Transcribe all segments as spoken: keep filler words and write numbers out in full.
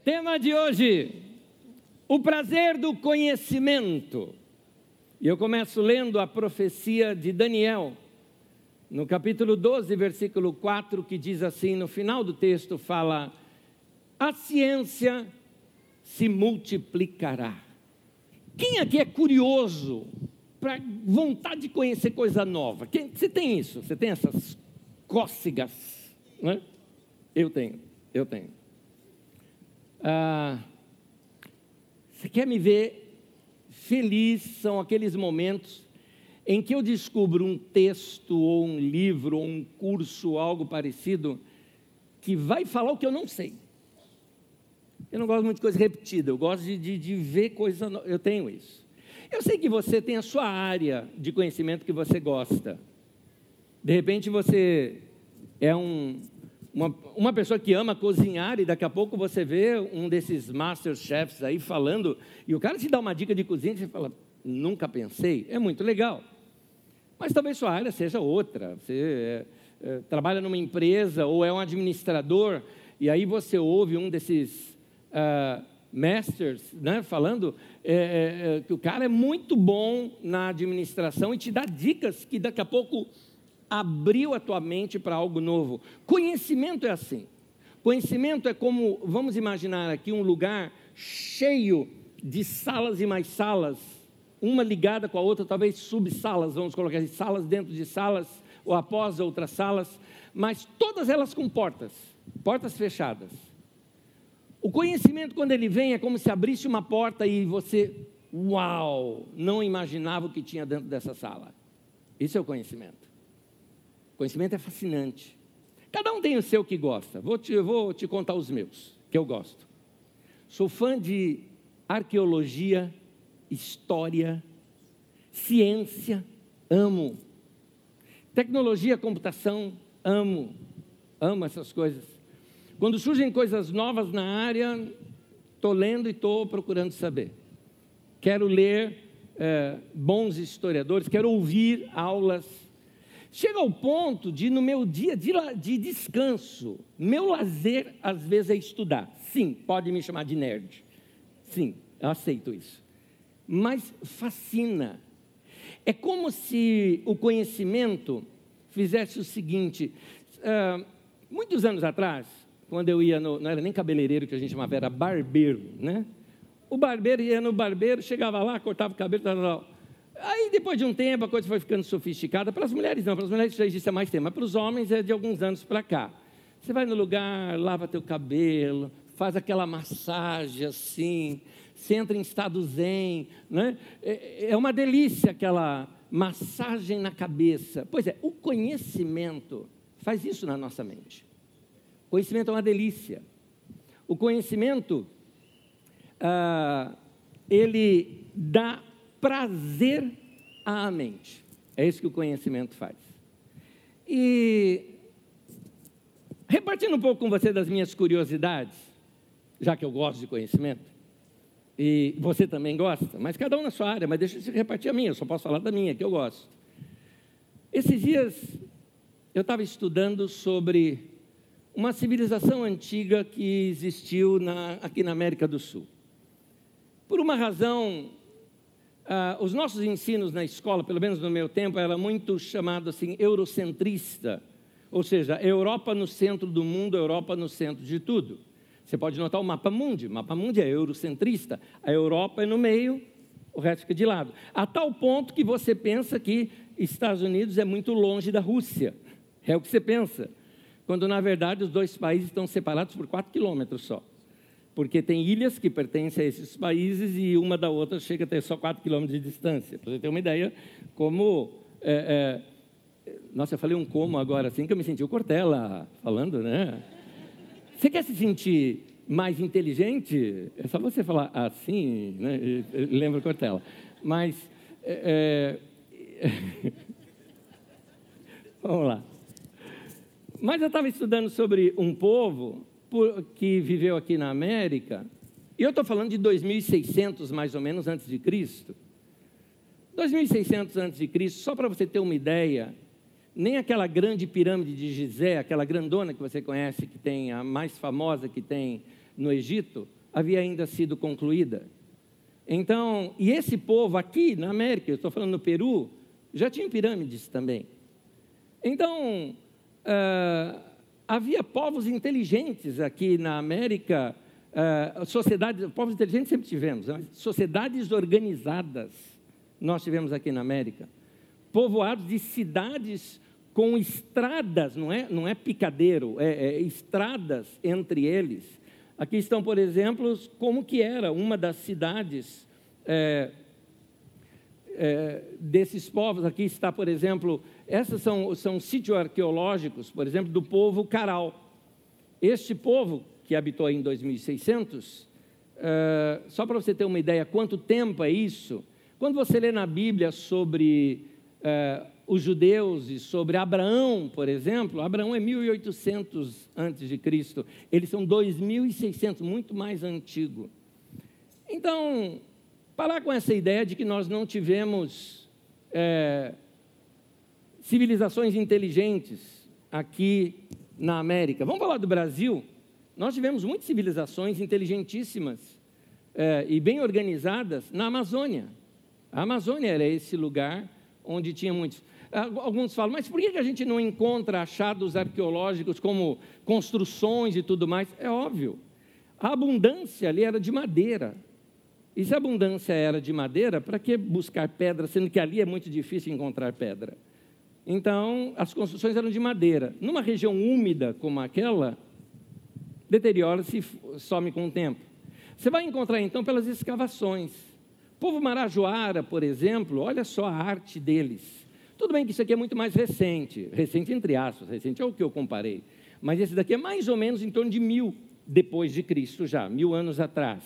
Tema de hoje, o prazer do conhecimento. E eu começo lendo a profecia de Daniel, no capítulo doze, versículo quatro, que diz assim, no final do texto fala, a ciência se multiplicará. Quem aqui é curioso, para vontade de conhecer coisa nova? Quem, você tem isso? Você tem essas cócegas? Né? Eu tenho, eu tenho. Ah, você quer me ver feliz? São aqueles momentos em que eu descubro um texto, ou um livro, ou um curso, algo parecido, que vai falar o que eu não sei. Eu não gosto muito de coisa repetida, eu gosto de, de, de ver coisa nova. Eu tenho isso. Eu sei que você tem a sua área de conhecimento que você gosta. De repente você é um, uma, uma pessoa que ama cozinhar e daqui a pouco você vê um desses masterchefs aí falando, e o cara te dá uma dica de cozinha e você fala, nunca pensei, é muito legal. Mas talvez sua área seja outra, você é, é, trabalha numa empresa ou é um administrador, e aí você ouve um desses uh, masters, né, falando é, é, que o cara é muito bom na administração e te dá dicas que daqui a pouco abriu a tua mente para algo novo. Conhecimento é assim. Conhecimento é como, vamos imaginar aqui um lugar cheio de salas e mais salas, uma ligada com a outra, talvez subsalas, vamos colocar assim, salas dentro de salas, ou após outras salas, mas todas elas com portas, portas fechadas. O conhecimento, quando ele vem, é como se abrisse uma porta e você, uau, não imaginava o que tinha dentro dessa sala. Isso é o conhecimento. O conhecimento é fascinante. Cada um tem o seu que gosta. Vou te, eu vou te contar os meus, que eu gosto. Sou fã de arqueologia, história, ciência, amo. Tecnologia, computação, amo. Amo essas coisas. Quando surgem coisas novas na área, estou lendo e estou procurando saber. Quero ler é, bons historiadores, quero ouvir aulas. Chega ao ponto de, no meu dia de, de descanso, meu lazer, às vezes, é estudar. Sim, pode me chamar de nerd. Sim, eu aceito isso. Mas fascina. É como se o conhecimento fizesse o seguinte, uh, muitos anos atrás, quando eu ia, no, não era nem cabeleireiro que a gente chamava, era barbeiro, né? O barbeiro ia no barbeiro, chegava lá, cortava o cabelo, tal, tal. Aí depois de um tempo a coisa foi ficando sofisticada, para as mulheres não, para as mulheres já existe há mais tempo, mas para os homens é de alguns anos para cá. Você vai no lugar, lava teu cabelo, faz aquela massagem assim, você entra em estado zen, né? É uma delícia aquela massagem na cabeça. Pois é, o conhecimento faz isso na nossa mente. O conhecimento é uma delícia. O conhecimento, ah, ele dá prazer à mente. É isso que o conhecimento faz. E, repartindo um pouco com você das minhas curiosidades, já que eu gosto de conhecimento, e você também gosta, mas cada um na sua área, mas deixa eu repartir a minha, eu só posso falar da minha, que eu gosto. Esses dias, eu estava estudando sobre uma civilização antiga que existiu na, aqui na América do Sul. Por uma razão, ah, os nossos ensinos na escola, pelo menos no meu tempo, era muito chamado assim, eurocentrista, ou seja, a Europa no centro do mundo, a Europa no centro de tudo. Você pode notar o mapa mundi, o mapa mundi é eurocentrista, a Europa é no meio, o resto fica de lado. A tal ponto que você pensa que Estados Unidos é muito longe da Rússia, é o que você pensa. Quando, na verdade, os dois países estão separados por quatro quilômetros só. Porque tem ilhas que pertencem a esses países e uma da outra chega a ter só quatro quilômetros de distância. Para você ter uma ideia como... É, é... Nossa, eu falei um como agora, assim, que eu me senti o Cortella falando, né? Você quer se sentir mais inteligente? É só você falar assim, né? Lembra o Cortella. Mas... É, é... Vamos lá. Mas eu estava estudando sobre um povo por, que viveu aqui na América, e eu estou falando de dois mil e seiscentos, mais ou menos, antes de Cristo. dois mil e seiscentos antes de Cristo, só para você ter uma ideia, nem aquela grande pirâmide de Gizé, aquela grandona que você conhece, que tem a mais famosa que tem no Egito, havia ainda sido concluída. Então, e esse povo aqui na América, eu estou falando no Peru, já tinha pirâmides também. Então, uh, havia povos inteligentes aqui na América, uh, sociedades, povos inteligentes sempre tivemos, né? Sociedades organizadas nós tivemos aqui na América, povoados de cidades com estradas, não é, não é picadeiro, é, é estradas entre eles. Aqui estão, por exemplo, como que era uma das cidades é, é, desses povos. Aqui está, por exemplo, esses são, são sítios arqueológicos, por exemplo, do povo Caral. Este povo, que habitou aí em dois mil e seiscentos, é, só para você ter uma ideia quanto tempo é isso, quando você lê na Bíblia sobre é, os judeus e sobre Abraão, por exemplo, Abraão é mil e oitocentos antes de Cristo, eles são dois mil e seiscentos, muito mais antigo. Então, parar com essa ideia de que nós não tivemos é, civilizações inteligentes aqui na América. Vamos falar do Brasil? Nós tivemos muitas civilizações inteligentíssimas é, e bem organizadas na Amazônia. A Amazônia era esse lugar onde tinha muitos. Alguns falam, mas por que a gente não encontra achados arqueológicos como construções e tudo mais? É óbvio, a abundância ali era de madeira. E se a abundância era de madeira, para que buscar pedra, sendo que ali é muito difícil encontrar pedra? Então, as construções eram de madeira. Numa região úmida como aquela, deteriora-se e some com o tempo. Você vai encontrar, então, pelas escavações. O povo marajoara, por exemplo, olha só a arte deles. Tudo bem que isso aqui é muito mais recente, recente entre aspas, recente é o que eu comparei, mas esse daqui é mais ou menos em torno de mil depois de Cristo já, mil anos atrás.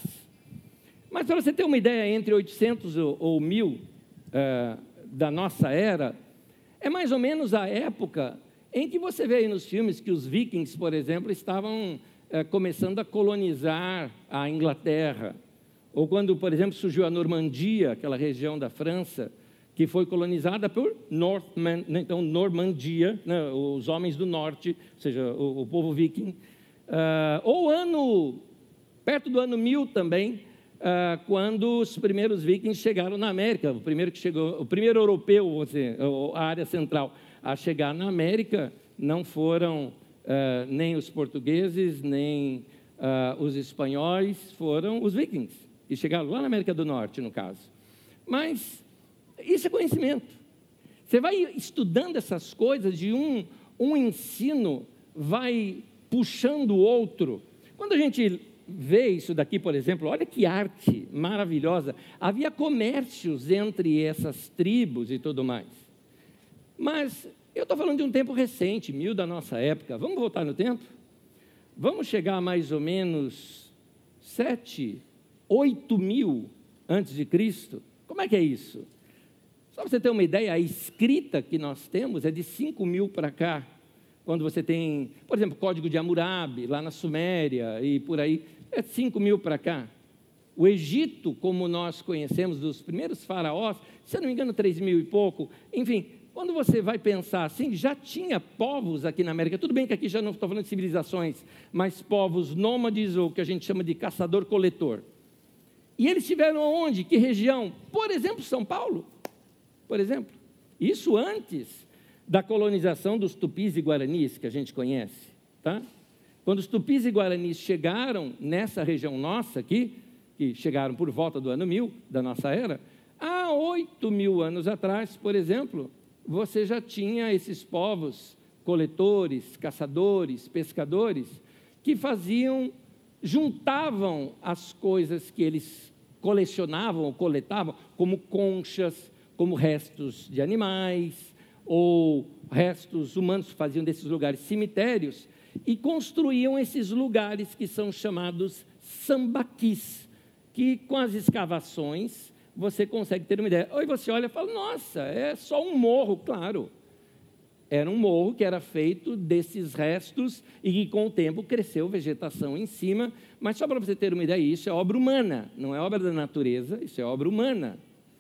Mas para você ter uma ideia, entre oitocentos ou, ou mil uh, da nossa era, é mais ou menos a época em que você vê aí nos filmes que os vikings, por exemplo, estavam uh, começando a colonizar a Inglaterra, ou quando, por exemplo, surgiu a Normandia, aquela região da França, que foi colonizada por Northmen, né? Então, Normandia, né? Os homens do norte, ou seja, o, o povo viking. Uh, ou ano, perto do ano mil também, uh, quando os primeiros vikings chegaram na América, o primeiro que chegou, o primeiro europeu, ou seja, a área central, a chegar na América, não foram uh, nem os portugueses, nem uh, os espanhóis, foram os vikings, que chegaram lá na América do Norte, no caso. Mas isso é conhecimento. Você vai estudando essas coisas, de um, um ensino vai puxando o outro. Quando a gente vê isso daqui, por exemplo, olha que arte maravilhosa. Havia comércios entre essas tribos e tudo mais. Mas eu estou falando de um tempo recente, mil da nossa época. Vamos voltar no tempo? Vamos chegar a mais ou menos sete, oito mil antes de Cristo. Como é que é isso? Só para você ter uma ideia, a escrita que nós temos é de cinco mil para cá. Quando você tem, por exemplo, Código de Hammurabi, lá na Suméria e por aí, é cinco mil para cá. O Egito, como nós conhecemos, dos primeiros faraós, se eu não me engano, três mil e pouco. Enfim, quando você vai pensar assim, já tinha povos aqui na América. Tudo bem que aqui já não estou falando de civilizações, mas povos nômades, ou que a gente chama de caçador-coletor. E eles estiveram onde? Que região? Por exemplo, São Paulo. Por exemplo, isso antes da colonização dos tupis e guaranis, que a gente conhece, tá? Quando os tupis e guaranis chegaram nessa região nossa aqui, que chegaram por volta do ano mil, da nossa era, há oito mil anos atrás, por exemplo, você já tinha esses povos coletores, caçadores, pescadores, que faziam, juntavam as coisas que eles colecionavam ou coletavam, como conchas, como restos de animais, ou restos humanos, faziam desses lugares cemitérios, e construíam esses lugares que são chamados sambaquis, que com as escavações você consegue ter uma ideia. Aí você olha e fala, nossa, é só um morro, claro. Era um morro que era feito desses restos e que com o tempo cresceu vegetação em cima, mas só para você ter uma ideia, isso é obra humana, não é obra da natureza, isso é obra humana.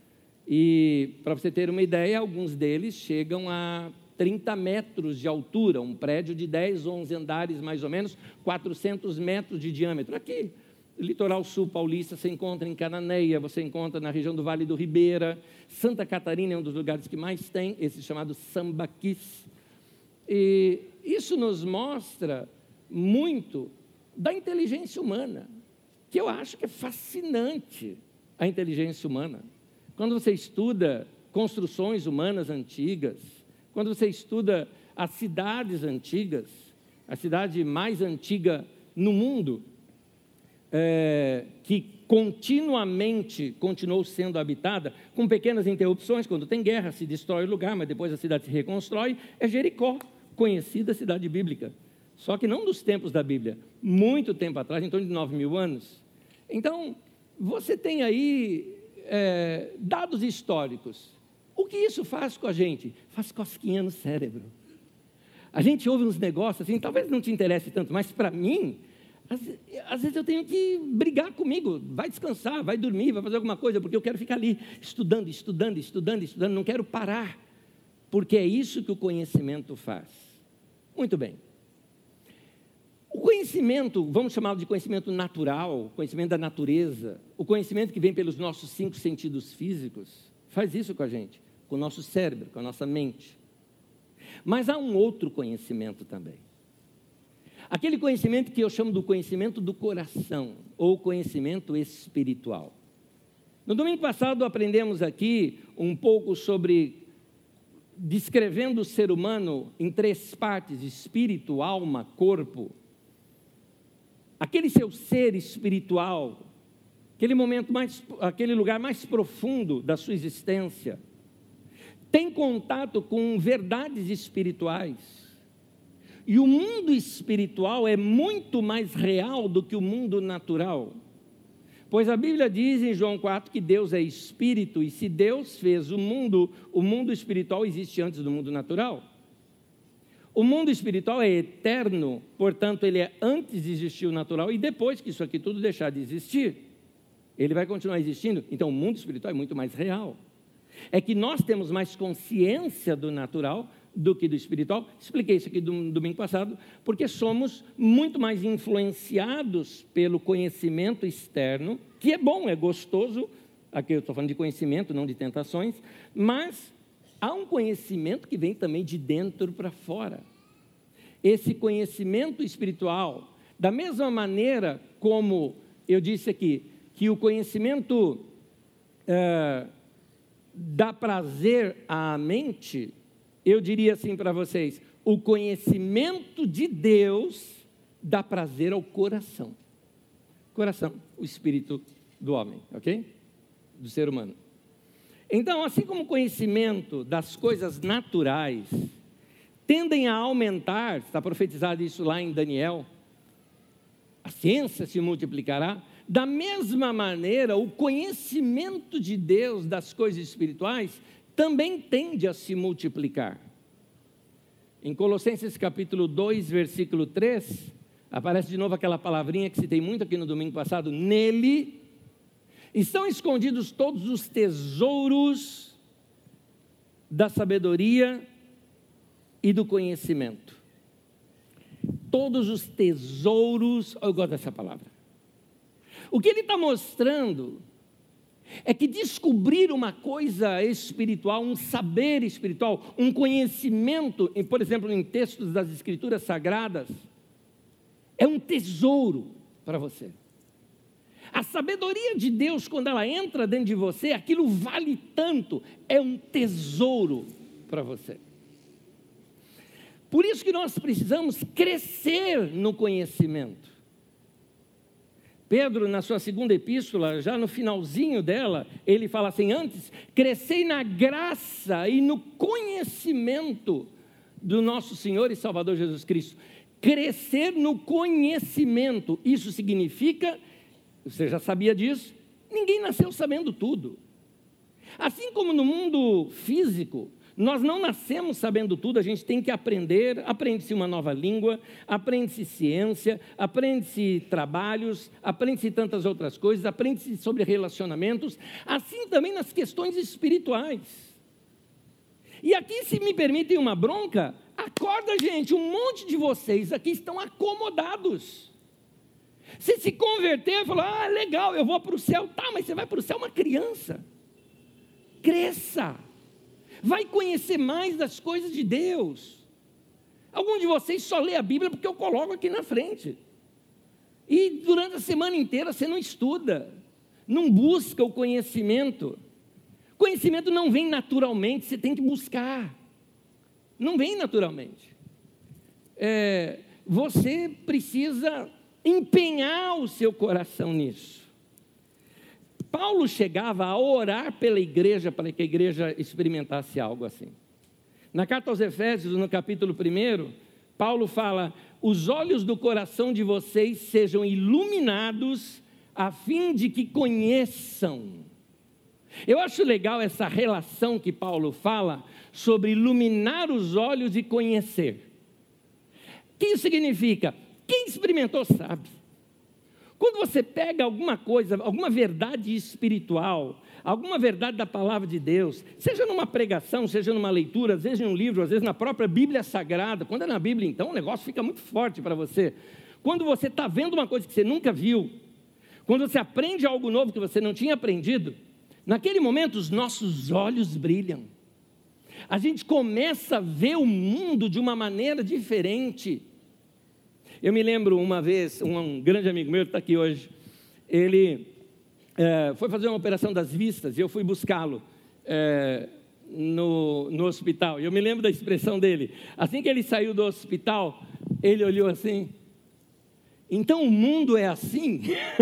E, para você ter uma ideia, alguns deles chegam a trinta metros de altura, um prédio de dez, onze andares, mais ou menos, quatrocentos metros de diâmetro. Aqui, litoral sul paulista, você encontra em Cananéia, você encontra na região do Vale do Ribeira. Santa Catarina é um dos lugares que mais tem, esse chamado sambaquis. E isso nos mostra muito da inteligência humana, que eu acho que é fascinante a inteligência humana. Quando você estuda construções humanas antigas, quando você estuda as cidades antigas, a cidade mais antiga no mundo, é, que continuamente continuou sendo habitada, com pequenas interrupções, quando tem guerra, se destrói o lugar, mas depois a cidade se reconstrói, é Jericó, conhecida cidade bíblica. Só que não dos tempos da Bíblia, muito tempo atrás, em torno de nove mil anos. Então, você tem aí é, dados históricos. O que isso faz com a gente? Faz cosquinha no cérebro. A gente ouve uns negócios assim, talvez não te interesse tanto, mas para mim, às, às vezes eu tenho que brigar comigo. Vai descansar, vai dormir, vai fazer alguma coisa, porque eu quero ficar ali estudando, estudando, estudando, estudando, não quero parar, porque é isso que o conhecimento faz. Muito bem. O conhecimento, vamos chamá-lo de conhecimento natural, conhecimento da natureza, o conhecimento que vem pelos nossos cinco sentidos físicos, faz isso com a gente, com o nosso cérebro, com a nossa mente. Mas há um outro conhecimento também. Aquele conhecimento que eu chamo do conhecimento do coração, ou conhecimento espiritual. No domingo passado aprendemos aqui um pouco sobre, descrevendo o ser humano em três partes: espírito, alma, corpo. Aquele seu ser espiritual, aquele momento mais, aquele lugar mais profundo da sua existência, tem contato com verdades espirituais. E o mundo espiritual é muito mais real do que o mundo natural. Pois a Bíblia diz em João quatro que Deus é espírito, e se Deus fez o mundo, o mundo espiritual existe antes do mundo natural. O mundo espiritual é eterno, portanto, ele é antes de existir o natural, e depois que isso aqui tudo deixar de existir, ele vai continuar existindo. Então, o mundo espiritual é muito mais real. É que nós temos mais consciência do natural do que do espiritual. Expliquei isso aqui no domingo passado, porque somos muito mais influenciados pelo conhecimento externo, que é bom, é gostoso. Aqui eu estou falando de conhecimento, não de tentações, mas há um conhecimento que vem também de dentro para fora. Esse conhecimento espiritual, da mesma maneira como eu disse aqui, que o conhecimento é, dá prazer à mente, eu diria assim para vocês: o conhecimento de Deus dá prazer ao coração. Coração, o espírito do homem, ok? Do ser humano. Então, assim como o conhecimento das coisas naturais tendem a aumentar, está profetizado isso lá em Daniel, a ciência se multiplicará, da mesma maneira, o conhecimento de Deus das coisas espirituais também tende a se multiplicar. Em Colossenses capítulo dois, versículo três, aparece de novo aquela palavrinha que citei muito aqui no domingo passado: nele estão escondidos todos os tesouros da sabedoria e do conhecimento. Todos os tesouros, eu gosto dessa palavra. O que ele está mostrando é que descobrir uma coisa espiritual, um saber espiritual, um conhecimento, por exemplo, em textos das Escrituras Sagradas, é um tesouro para você. A sabedoria de Deus, quando ela entra dentro de você, aquilo vale tanto, é um tesouro para você. Por isso que nós precisamos crescer no conhecimento. Pedro, na sua segunda epístola, já no finalzinho dela, ele fala assim: antes, crescei na graça e no conhecimento do nosso Senhor e Salvador Jesus Cristo. Crescer no conhecimento, isso significa, você já sabia disso, ninguém nasceu sabendo tudo. Assim como no mundo físico, nós não nascemos sabendo tudo, a gente tem que aprender, aprende-se uma nova língua, aprende-se ciência, aprende-se trabalhos, aprende-se tantas outras coisas, aprende-se sobre relacionamentos, assim também nas questões espirituais. E aqui, se me permitem uma bronca, acorda, gente, um monte de vocês aqui estão acomodados. Você se converter e falar, ah, legal, eu vou para o céu. Tá, mas você vai para o céu uma criança. Cresça. Vai conhecer mais das coisas de Deus. Algum de vocês só lê a Bíblia porque eu coloco aqui na frente. E durante a semana inteira você não estuda, não busca o conhecimento. Conhecimento não vem naturalmente, você tem que buscar. Não vem naturalmente. É, você precisa empenhar o seu coração nisso. Paulo chegava a orar pela igreja, para que a igreja experimentasse algo assim. Na carta aos Efésios, no capítulo primeiro, Paulo fala, os olhos do coração de vocês sejam iluminados, a fim de que conheçam. Eu acho legal essa relação que Paulo fala, sobre iluminar os olhos e conhecer. O que isso significa? Quem experimentou sabe. Quando você pega alguma coisa, alguma verdade espiritual, alguma verdade da palavra de Deus, seja numa pregação, seja numa leitura, às vezes em um livro, às vezes na própria Bíblia Sagrada, quando é na Bíblia então o negócio fica muito forte para você. Quando você está vendo uma coisa que você nunca viu, quando você aprende algo novo que você não tinha aprendido, naquele momento os nossos olhos brilham. A gente começa a ver o mundo de uma maneira diferente. Eu me lembro uma vez, um, um grande amigo meu que está aqui hoje, ele é, foi fazer uma operação das vistas e eu fui buscá-lo é, no, no hospital. E eu me lembro da expressão dele. Assim que ele saiu do hospital, ele olhou assim, então o mundo é assim?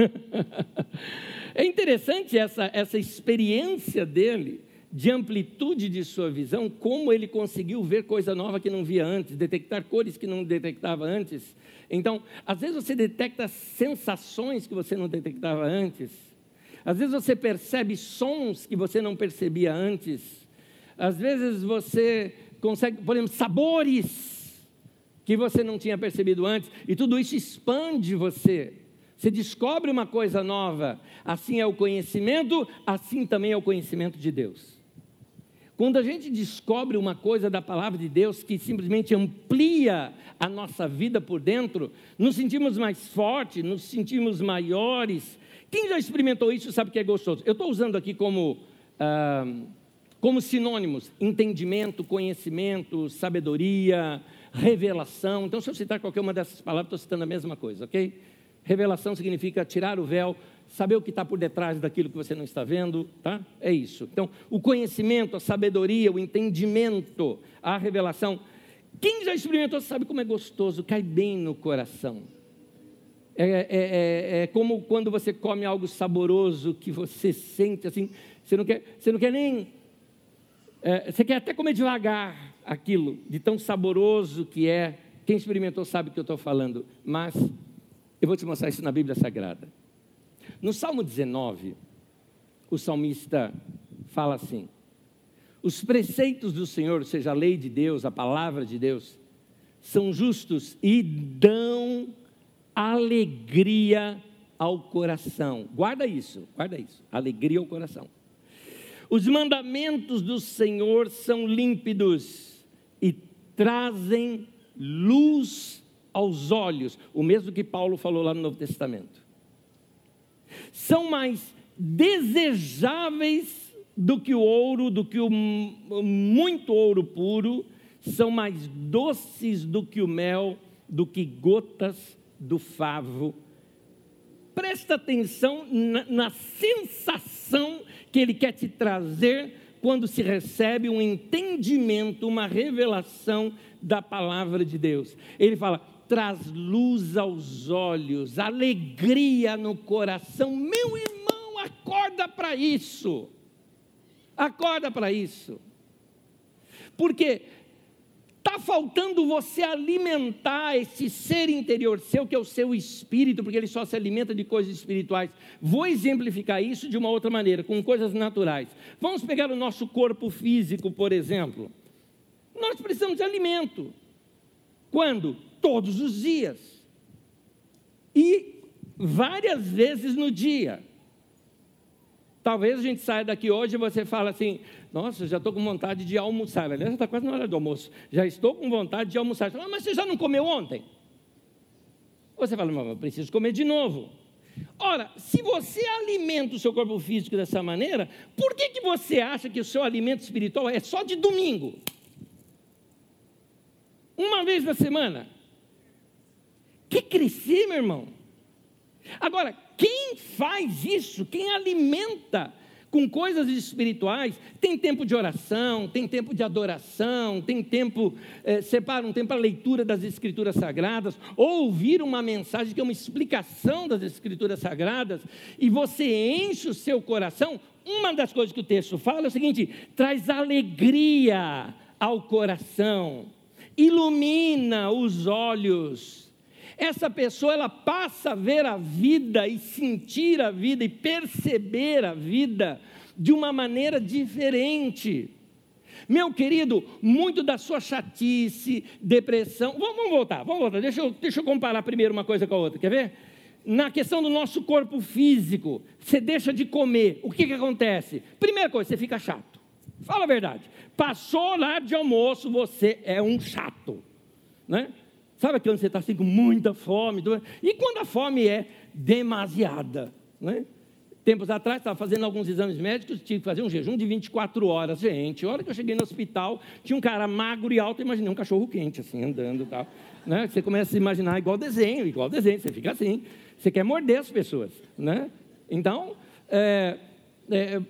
É interessante essa, essa experiência dele, de amplitude de sua visão, como ele conseguiu ver coisa nova que não via antes, detectar cores que não detectava antes. Então, às vezes você detecta sensações que você não detectava antes. Às vezes você percebe sons que você não percebia antes. Às vezes você consegue, por exemplo, sabores que você não tinha percebido antes. E tudo isso expande você. Você descobre uma coisa nova. Assim é o conhecimento, assim também é o conhecimento de Deus. Quando a gente descobre uma coisa da palavra de Deus que simplesmente amplia a nossa vida por dentro, nos sentimos mais fortes, nos sentimos maiores. Quem já experimentou isso sabe que é gostoso. Eu estou usando aqui como, ah, como sinônimos, entendimento, conhecimento, sabedoria, revelação. Então, se eu citar qualquer uma dessas palavras, estou citando a mesma coisa, ok? Revelação significa tirar o véu, saber o que está por detrás daquilo que você não está vendo, tá? É isso. Então, o conhecimento, a sabedoria, o entendimento, a revelação. Quem já experimentou sabe como é gostoso, cai bem no coração. É, é, é, é como quando você come algo saboroso, que você sente assim, você não quer, você não quer nem, é, você quer até comer devagar aquilo, de tão saboroso que é. Quem experimentou sabe o que eu estou falando, mas eu vou te mostrar isso na Bíblia Sagrada. No Salmo dezenove, o salmista fala assim, os preceitos do Senhor, ou seja, a lei de Deus, a palavra de Deus, são justos e dão alegria ao coração. Guarda isso, guarda isso, alegria ao coração. Os mandamentos do Senhor são límpidos e trazem luz aos olhos, o mesmo que Paulo falou lá no Novo Testamento. São mais desejáveis do que o ouro, do que o muito ouro puro, são mais doces do que o mel, do que gotas do favo. Presta atenção na, na sensação que ele quer te trazer quando se recebe um entendimento, uma revelação da palavra de Deus. Ele fala, traz luz aos olhos, alegria no coração. Meu irmão, acorda para isso. Acorda para isso. Porque está faltando você alimentar esse ser interior seu, que é o seu espírito, porque ele só se alimenta de coisas espirituais. Vou exemplificar isso de uma outra maneira, com coisas naturais. Vamos pegar o nosso corpo físico, por exemplo. Nós precisamos de alimento. Quando? Todos os dias. E várias vezes no dia. Talvez a gente saia daqui hoje e você fala assim, nossa, já estou com vontade de almoçar. Aliás, já está quase na hora do almoço. Já estou com vontade de almoçar. Você fala, mas você já não comeu ontem? Você fala, mas eu preciso comer de novo. Ora, se você alimenta o seu corpo físico dessa maneira, por que, que você acha que o seu alimento espiritual é só de domingo? Uma vez na semana? Quer crescer, meu irmão? Agora, quem faz isso, quem alimenta com coisas espirituais, tem tempo de oração, tem tempo de adoração, tem tempo, eh, separa um tempo para a leitura das Escrituras Sagradas, ou ouvir uma mensagem que é uma explicação das Escrituras Sagradas, e você enche o seu coração. Uma das coisas que o texto fala é o seguinte: traz alegria ao coração, ilumina os olhos. Essa pessoa, ela passa a ver a vida e sentir a vida e perceber a vida de uma maneira diferente. Meu querido, muito da sua chatice, depressão, vamos, vamos voltar, vamos voltar, deixa eu, deixa eu comparar primeiro uma coisa com a outra, quer ver? Na questão do nosso corpo físico, você deixa de comer, o que que acontece? Primeira coisa, você fica chato, fala a verdade, passou o horário de almoço, você é um chato, né? Sabe quando você está assim com muita fome? E quando a fome é demasiada, né? Tempos atrás, estava fazendo alguns exames médicos, tive que fazer um jejum de vinte e quatro horas. Gente, a hora que eu cheguei no hospital, tinha um cara magro e alto, imaginei um cachorro quente, assim, andando e tal. Né? Você começa a se imaginar igual desenho, igual desenho, você fica assim. Você quer morder as pessoas, né? Então, é, é,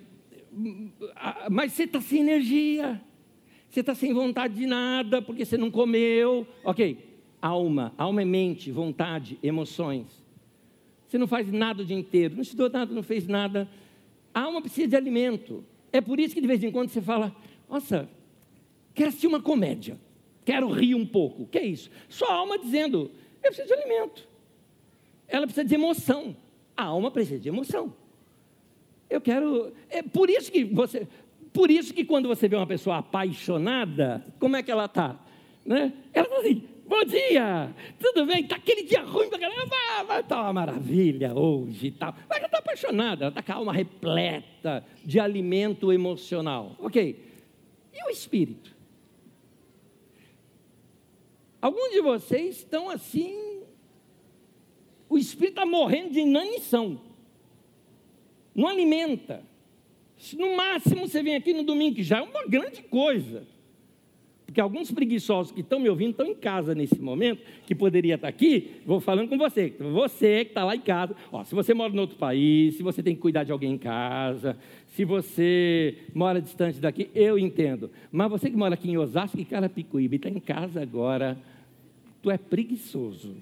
mas você está sem energia, você está sem vontade de nada, porque você não comeu, ok. Alma, alma é mente, vontade, emoções. Você não faz nada o dia inteiro, não estudou nada, não fez nada. A alma precisa de alimento. É por isso que de vez em quando você fala: nossa, quero assistir uma comédia, quero rir um pouco. O que é isso? Sua alma dizendo: eu preciso de alimento. Ela precisa de emoção. A alma precisa de emoção. Eu quero... É por isso que você... Por isso que quando você vê uma pessoa apaixonada, como é que ela está? Né? Ela está assim: bom dia, tudo bem? Está aquele dia ruim para caramba, vai estar uma maravilha hoje e tal. Mas ela está apaixonada, ela está com a alma repleta de alimento emocional. Ok, e o espírito? Alguns de vocês estão assim, o espírito está morrendo de inanição, não alimenta. No máximo você vem aqui no domingo, que já é uma grande coisa. Porque alguns preguiçosos que estão me ouvindo estão em casa nesse momento, que poderia estar aqui, vou falando com você, você que está lá em casa. Ó, se você mora em outro país, se você tem que cuidar de alguém em casa, se você mora distante daqui, eu entendo. Mas você que mora aqui em Osasco e Carapicuíba e está em casa agora, tu é preguiçoso.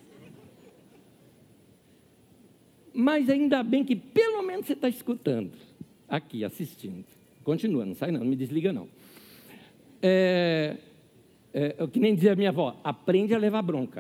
Mas ainda bem que pelo menos você está escutando, aqui, assistindo. Continua, não sai não, não me desliga não. É, é, o que nem dizia a minha avó: aprende a levar bronca.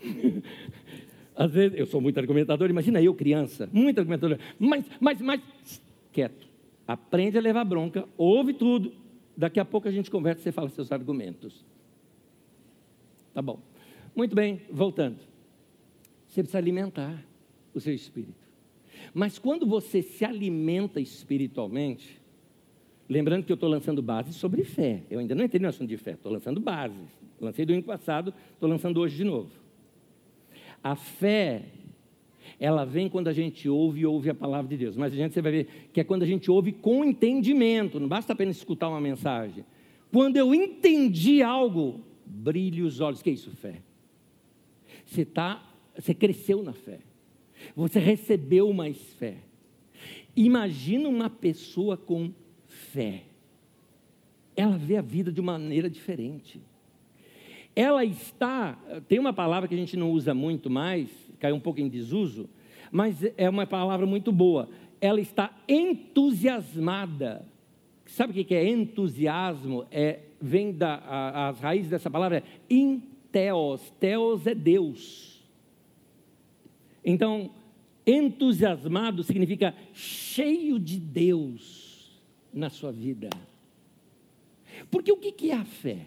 Às vezes, eu sou muito argumentador, imagina eu criança, muito argumentador, mas, mas, mas, quieto, aprende a levar bronca, ouve tudo, daqui a pouco a gente conversa e você fala seus argumentos. Tá bom, muito bem, voltando, você precisa alimentar o seu espírito, mas quando você se alimenta espiritualmente, lembrando que eu estou lançando bases sobre fé. Eu ainda não entrei no assunto de fé, estou lançando bases. Lancei domingo passado, estou lançando hoje de novo. A fé, ela vem quando a gente ouve e ouve a palavra de Deus. Mas a gente, você vai ver que é quando a gente ouve com entendimento. Não basta apenas escutar uma mensagem. Quando eu entendi algo, brilhe os olhos. O que é isso, fé? Você, tá, você cresceu na fé. Você recebeu mais fé. Imagina uma pessoa com fé, ela vê a vida de uma maneira diferente. Ela está, tem uma palavra que a gente não usa muito mais, caiu um pouco em desuso, mas é uma palavra muito boa. Ela está entusiasmada. Sabe o que é entusiasmo? É, vem da, a, as raízes dessa palavra é in theos, theos é Deus. Então, entusiasmado significa cheio de Deus na sua vida. Porque o que é a fé?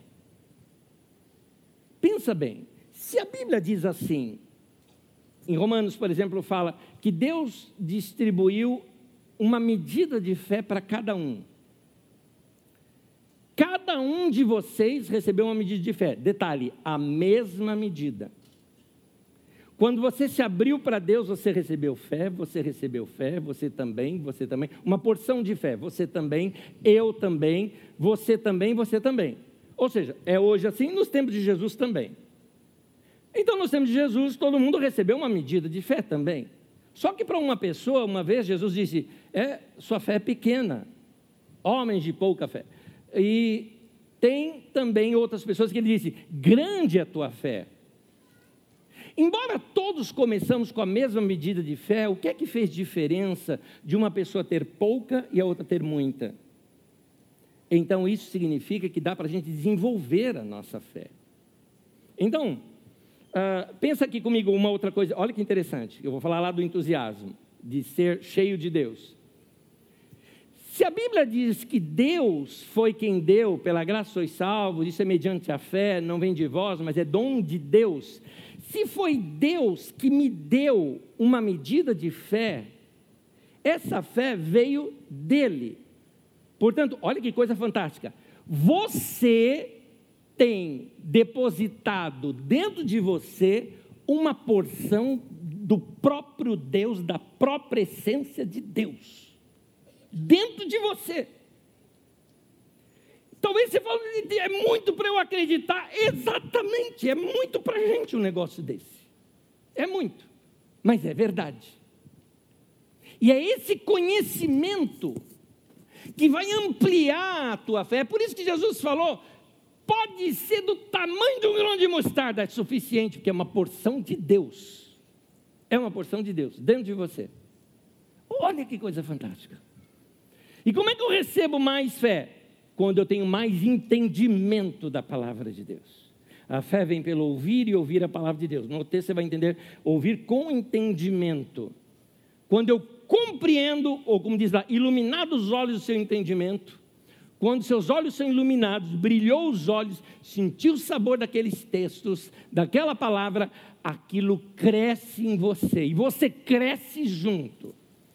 Pensa bem, se a Bíblia diz assim, em Romanos, por exemplo, fala que Deus distribuiu uma medida de fé para cada um. Cada um de vocês recebeu uma medida de fé. Detalhe, a mesma medida. Quando você se abriu para Deus, você recebeu fé, você recebeu fé, você também, você também, uma porção de fé, você também, eu também, você também, você também. Ou seja, é hoje assim, nos tempos de Jesus também. Então, nos tempos de Jesus, todo mundo recebeu uma medida de fé também. Só que para uma pessoa, uma vez, Jesus disse, é, sua fé é pequena, homens de pouca fé. E tem também outras pessoas que ele disse, grande é a tua fé. Embora todos começamos com a mesma medida de fé, o que é que fez diferença de uma pessoa ter pouca e a outra ter muita? Então, isso significa que dá para a gente desenvolver a nossa fé. Então, uh, pensa aqui comigo uma outra coisa, olha que interessante, eu vou falar lá do entusiasmo, de ser cheio de Deus. Se a Bíblia diz que Deus foi quem deu, pela graça sois salvos, isso é mediante a fé, não vem de vós, mas é dom de Deus. Se foi Deus que me deu uma medida de fé, essa fé veio dele. Portanto, olha que coisa fantástica. Você tem depositado dentro de você uma porção do próprio Deus, da própria essência de Deus. Dentro de você. Talvez você fale, é muito para eu acreditar. Exatamente, é muito para a gente um negócio desse. É muito, mas é verdade. E é esse conhecimento que vai ampliar a tua fé. É por isso que Jesus falou, pode ser do tamanho de um grão de mostarda, é suficiente, porque é uma porção de Deus. É uma porção de Deus, dentro de você. Olha que coisa fantástica. E como é que eu recebo mais fé? Quando eu tenho mais entendimento da palavra de Deus. A fé vem pelo ouvir e ouvir a palavra de Deus. No texto você vai entender, ouvir com entendimento. Quando eu compreendo, ou como diz lá, iluminados os olhos do seu entendimento, quando seus olhos são iluminados, brilhou os olhos, sentiu o sabor daqueles textos, daquela palavra, aquilo cresce em você, e você cresce junto.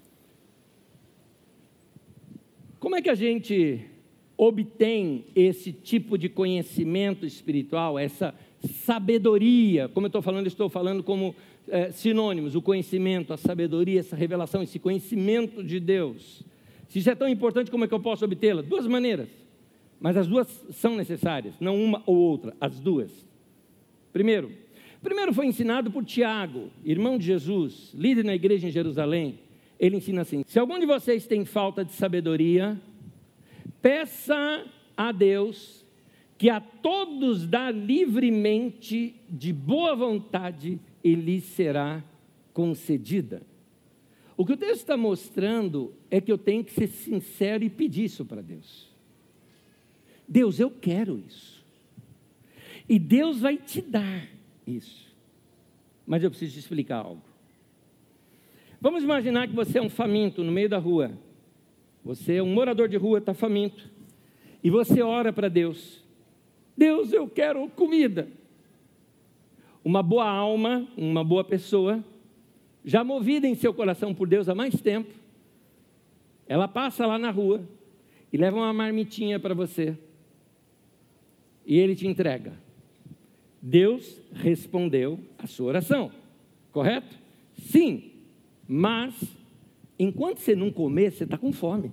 Como é que a gente obtém esse tipo de conhecimento espiritual, essa sabedoria? Como eu estou falando, estou falando como é, sinônimos, o conhecimento, a sabedoria, essa revelação, esse conhecimento de Deus. Se isso é tão importante, como é que eu posso obtê-la? Duas maneiras, mas as duas são necessárias, não uma ou outra, as duas. Primeiro, primeiro foi ensinado por Tiago, irmão de Jesus, líder na igreja em Jerusalém. Ele ensina assim, se algum de vocês tem falta de sabedoria, peça a Deus, que a todos dá livremente, de boa vontade, e lhes será concedida. O que o texto está mostrando é que eu tenho que ser sincero e pedir isso para Deus. Deus, eu quero isso. E Deus vai te dar isso. Mas eu preciso te explicar algo. Vamos imaginar que você é um faminto no meio da rua. Você é um morador de rua, está faminto. E você ora para Deus. Deus, eu quero comida. Uma boa alma, uma boa pessoa, já movida em seu coração por Deus há mais tempo, ela passa lá na rua e leva uma marmitinha para você. E ele te entrega. Deus respondeu a sua oração. Correto? Sim. Mas, enquanto você não comer, você está com fome.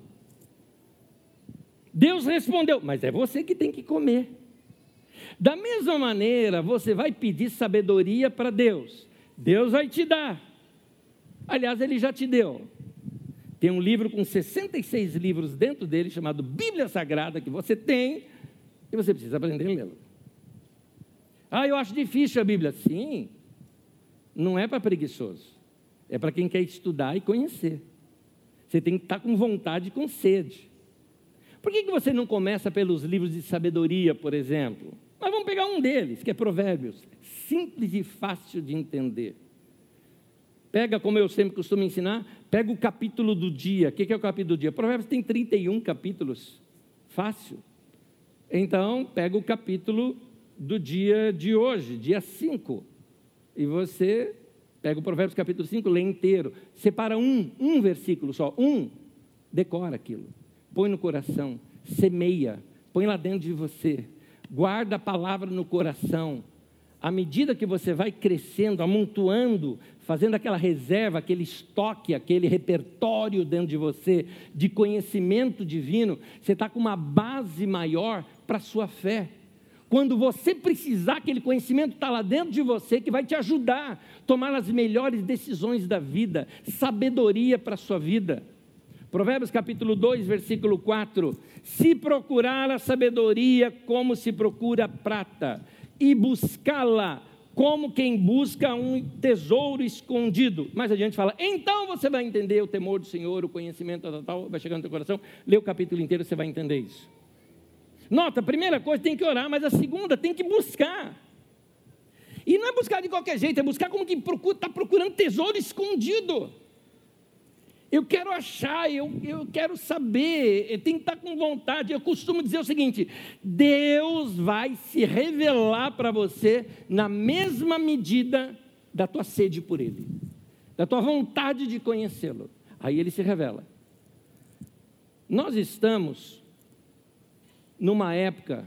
Deus respondeu, mas é você que tem que comer. Da mesma maneira, você vai pedir sabedoria para Deus. Deus vai te dar. Aliás, Ele já te deu. Tem um livro com sessenta e seis livros dentro dele, chamado Bíblia Sagrada, que você tem, e você precisa aprender a lê-lo. Ah, eu acho difícil a Bíblia. Sim, não é para preguiçoso. É para quem quer estudar e conhecer. Você tem que estar com vontade e com sede. Por que que você não começa pelos livros de sabedoria, por exemplo? Mas vamos pegar um deles, que é Provérbios. Simples e fácil de entender. Pega, como eu sempre costumo ensinar, pega o capítulo do dia. O que é o capítulo do dia? Provérbios tem trinta e um capítulos. Fácil. Então, pega o capítulo do dia de hoje, dia cinco. E você pega o Provérbios capítulo cinco, lê inteiro. Separa um, um versículo só. Um, decora aquilo. Põe no coração, semeia, põe lá dentro de você. Guarda a palavra no coração. à medida que você vai crescendo, amontoando, fazendo aquela reserva, aquele estoque, aquele repertório dentro de você, de conhecimento divino, você está com uma base maior para a sua fé. Quando você precisar, aquele conhecimento está lá dentro de você, que vai te ajudar a tomar as melhores decisões da vida, sabedoria para a sua vida. Provérbios capítulo dois, versículo quatro, se procurar a sabedoria como se procura a prata, e buscá-la como quem busca um tesouro escondido. Mais adiante fala, então você vai entender o temor do Senhor, o conhecimento tal, tal, vai chegar no teu coração, lê o capítulo inteiro, você vai entender isso. Nota, a primeira coisa tem que orar, mas a segunda tem que buscar. E não é buscar de qualquer jeito, é buscar como quem procura, está procurando tesouro escondido. Eu quero achar, eu, eu quero saber, eu tenho que estar com vontade. Eu costumo dizer o seguinte, Deus vai se revelar para você na mesma medida da tua sede por Ele, da tua vontade de conhecê-lo. Aí Ele se revela. Nós estamos numa época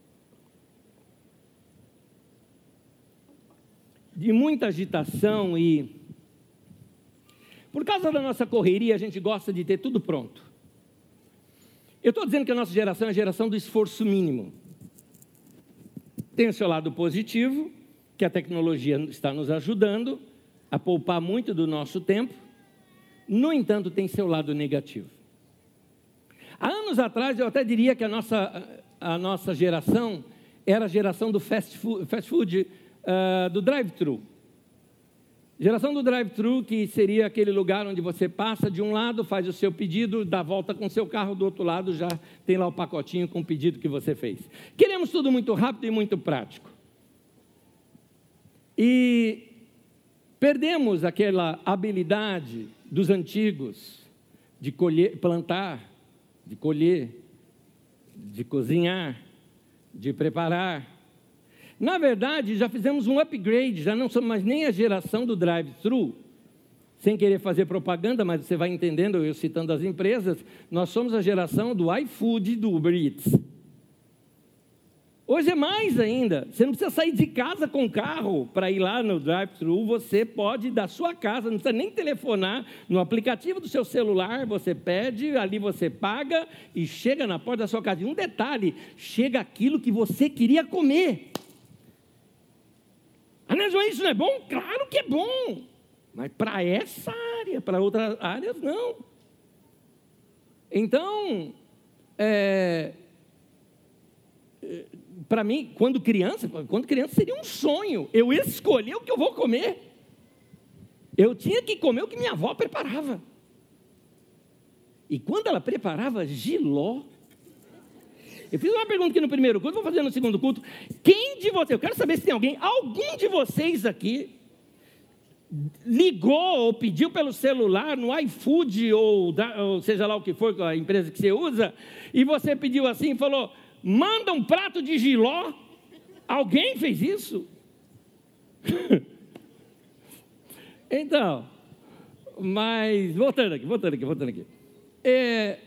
de muita agitação e, por causa da nossa correria, a gente gosta de ter tudo pronto. Eu estou dizendo que a nossa geração é a geração do esforço mínimo. Tem o seu lado positivo, que a tecnologia está nos ajudando a poupar muito do nosso tempo. No entanto, tem seu lado negativo. Há anos atrás, eu até diria que a nossa, a nossa geração era a geração do fast food, fast food uh, do drive-thru. Geração do drive-thru, que seria aquele lugar onde você passa de um lado, faz o seu pedido, dá volta com o seu carro, do outro lado já tem lá o pacotinho com o pedido que você fez. Queremos tudo muito rápido e muito prático. E perdemos aquela habilidade dos antigos de colher, plantar, de colher, de cozinhar, de preparar. Na verdade, já fizemos um upgrade, já não somos mais nem a geração do drive-thru, sem querer fazer propaganda, mas você vai entendendo, eu citando as empresas, nós somos a geração do iFood e do Uber Eats. Hoje é mais ainda, você não precisa sair de casa com o carro para ir lá no drive-thru, você pode da sua casa, não precisa nem telefonar, no aplicativo do seu celular, você pede, ali você paga e chega na porta da sua casa. E um detalhe, chega aquilo que você queria comer. Ah, mas isso não é bom? Claro que é bom, mas para essa área, para outras áreas, não. Então, é, para mim, quando criança, quando criança seria um sonho, eu escolher o que eu vou comer. Eu tinha que comer o que minha avó preparava. E quando ela preparava jiló, eu fiz uma pergunta aqui no primeiro culto, vou fazer no segundo culto. Quem de vocês, eu quero saber se tem alguém, algum de vocês aqui, ligou ou pediu pelo celular, no iFood, ou, ou seja lá o que for, a empresa que você usa, e você pediu assim, falou, manda um prato de jiló. Alguém fez isso? Então, mas, voltando aqui, voltando aqui, voltando aqui. É...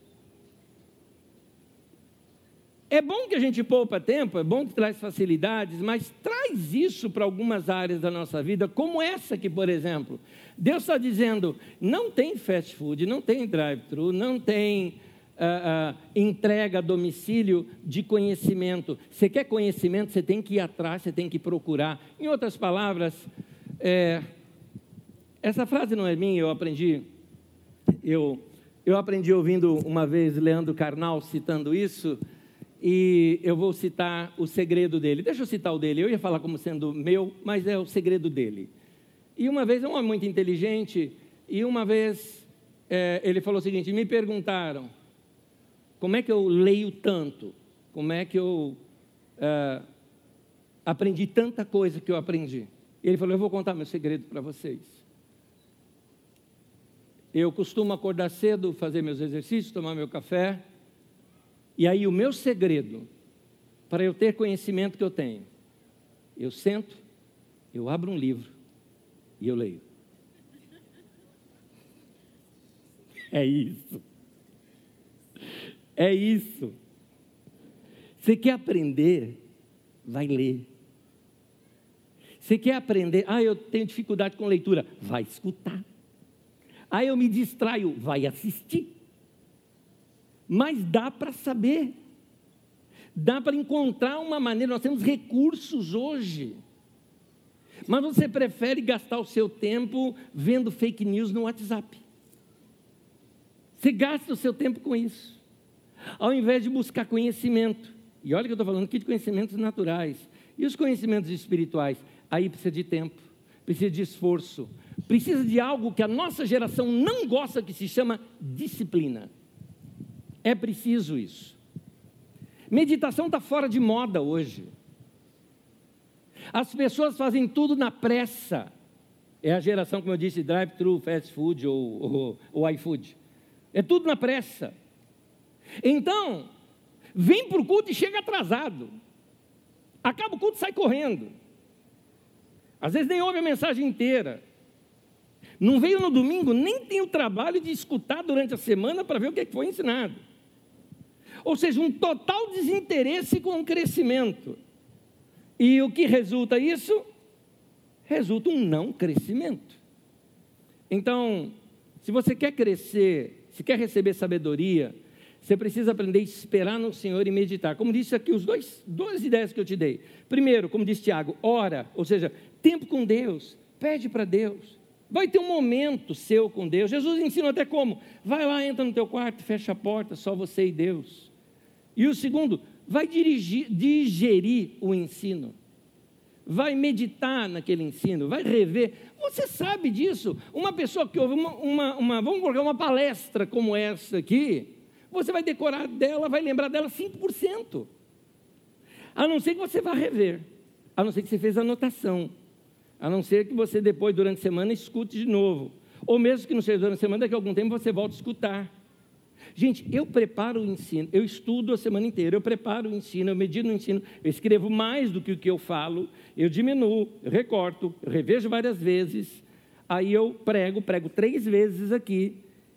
É bom que a gente poupa tempo, é bom que traz facilidades, mas traz isso para algumas áreas da nossa vida, como essa aqui, por exemplo. Deus está dizendo, não tem fast food, não tem drive-thru, não tem uh, uh, entrega a domicílio de conhecimento. Você quer conhecimento, você tem que ir atrás, você tem que procurar. Em outras palavras, é, essa frase não é minha, eu aprendi, eu, eu aprendi ouvindo uma vez Leandro Carnal citando isso, e eu vou citar o segredo dele. Deixa eu citar o dele, eu ia falar como sendo meu, mas é o segredo dele. E uma vez, é um homem muito inteligente, e uma vez é, ele falou o seguinte, me perguntaram, como é que eu leio tanto? Como é que eu é, aprendi tanta coisa que eu aprendi? E ele falou, eu vou contar meu segredo para vocês. Eu costumo acordar cedo, fazer meus exercícios, tomar meu café. E aí o meu segredo, para eu ter conhecimento que eu tenho, eu sento, eu abro um livro e eu leio. É isso. É isso. Você quer aprender? Vai ler. Você quer aprender? Ah, eu tenho dificuldade com leitura. Vai escutar. Ah, eu me distraio. Vai assistir. Mas dá para saber. Dá para encontrar uma maneira. Nós temos recursos hoje. Mas você prefere gastar o seu tempo vendo fake news no WhatsApp. Você gasta o seu tempo com isso. Ao invés de buscar conhecimento. E olha que eu estou falando aqui de conhecimentos naturais. E os conhecimentos espirituais? Aí precisa de tempo, precisa de esforço, precisa de algo que a nossa geração não gosta, que se chama disciplina. É preciso isso. Meditação está fora de moda hoje. As pessoas fazem tudo na pressa. É a geração, como eu disse, drive-thru, fast food ou, ou, ou iFood. É tudo na pressa. Então, vem para o culto e chega atrasado. Acaba o culto e sai correndo. Às vezes nem ouve a mensagem inteira. Não veio no domingo, nem tem o trabalho de escutar durante a semana para ver o que foi ensinado. Ou seja, um total desinteresse com o crescimento. E o que resulta isso? Resulta um não crescimento. Então, se você quer crescer, se quer receber sabedoria, você precisa aprender a esperar no Senhor e meditar. Como disse aqui, os dois, duas ideias que eu te dei. Primeiro, como disse Tiago, ora, ou seja, tempo com Deus, pede para Deus. Vai ter um momento seu com Deus. Jesus ensina até como. Vai lá, entra no teu quarto, fecha a porta, só você e Deus. E o segundo, vai dirigir, digerir o ensino. Vai meditar naquele ensino, vai rever. Você sabe disso. Uma pessoa que ouve uma, uma, uma vamos colocar uma palestra como essa aqui, você vai decorar dela, vai lembrar dela cinco por cento. A não ser que você vá rever. A não ser que você fez anotação. A não ser que você depois, durante a semana, escute de novo. Ou mesmo que não seja durante a semana, daqui a algum tempo você volta a escutar. Gente, eu preparo o ensino, eu estudo a semana inteira, eu preparo o ensino, eu medito no ensino, eu escrevo mais do que o que eu falo, eu diminuo, eu recorto, eu revejo várias vezes, aí eu prego, prego três vezes aqui,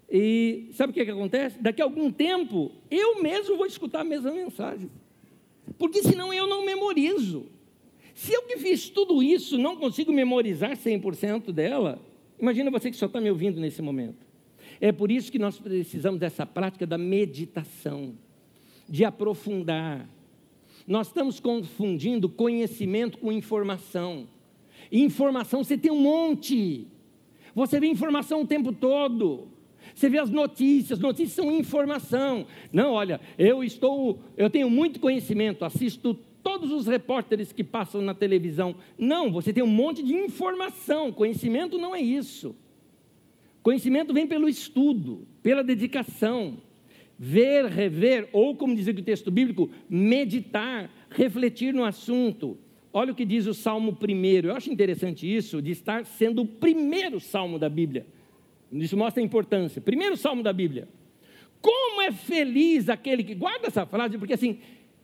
e sabe o que, que acontece? Daqui a algum tempo, eu mesmo vou escutar a mesma mensagem, porque senão eu não memorizo. Se eu que fiz tudo isso não consigo memorizar cem por cento dela, imagina você que só está me ouvindo nesse momento. É por isso que nós precisamos dessa prática da meditação, de aprofundar. Nós estamos confundindo conhecimento com informação. E informação você tem um monte. Você vê informação o tempo todo. Você vê as notícias, notícias são informação. Não, olha, eu estou, eu tenho muito conhecimento, assisto todos os repórteres que passam na televisão. Não, você tem um monte de informação. Conhecimento não é isso. Conhecimento vem pelo estudo, pela dedicação, ver, rever, ou como diz o texto bíblico, meditar, refletir no assunto. Olha o que diz o Salmo primeiro, eu acho interessante isso, de estar sendo o primeiro salmo da Bíblia. Isso mostra a importância. Primeiro salmo da Bíblia. Como é feliz aquele que... Guarda essa frase, porque assim,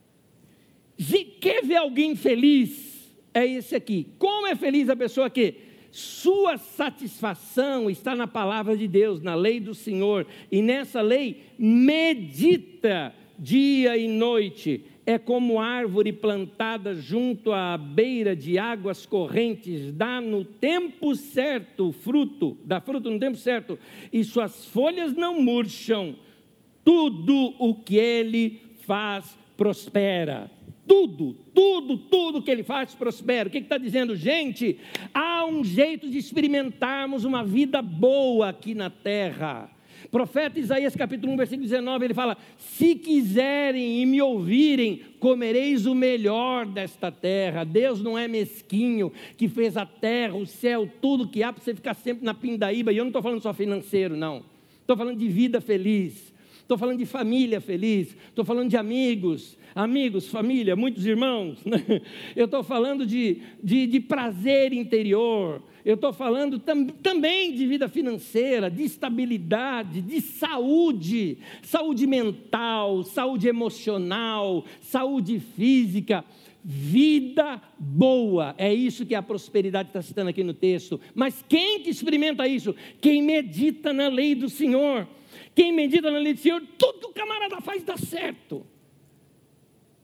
se quer ver alguém feliz, é esse aqui. Como é feliz a pessoa que... Sua satisfação está na palavra de Deus, na lei do Senhor, e nessa lei medita dia e noite. É como árvore plantada junto à beira de águas correntes, dá no tempo certo fruto, dá fruto no tempo certo, e suas folhas não murcham. Tudo o que ele faz prospera. Tudo, tudo, tudo que ele faz prospera. O que está dizendo? Gente, há um jeito de experimentarmos uma vida boa aqui na terra. Profeta Isaías capítulo um, versículo dezenove, ele fala, se quiserem e me ouvirem, comereis o melhor desta terra. Deus não é mesquinho, que fez a terra, o céu, tudo que há para você ficar sempre na pindaíba. E eu não estou falando só financeiro, não. Estou falando de vida feliz. Estou falando de família feliz, estou falando de amigos, amigos, família, muitos irmãos, né? Eu estou falando de, de, de prazer interior, eu estou falando tam, também de vida financeira, de estabilidade, de saúde, saúde mental, saúde emocional, saúde física, vida boa. É isso que a prosperidade está citando aqui no texto. Mas quem que experimenta isso? Quem medita na lei do Senhor. Quem medita na lei do Senhor, tudo que o camarada faz dá certo.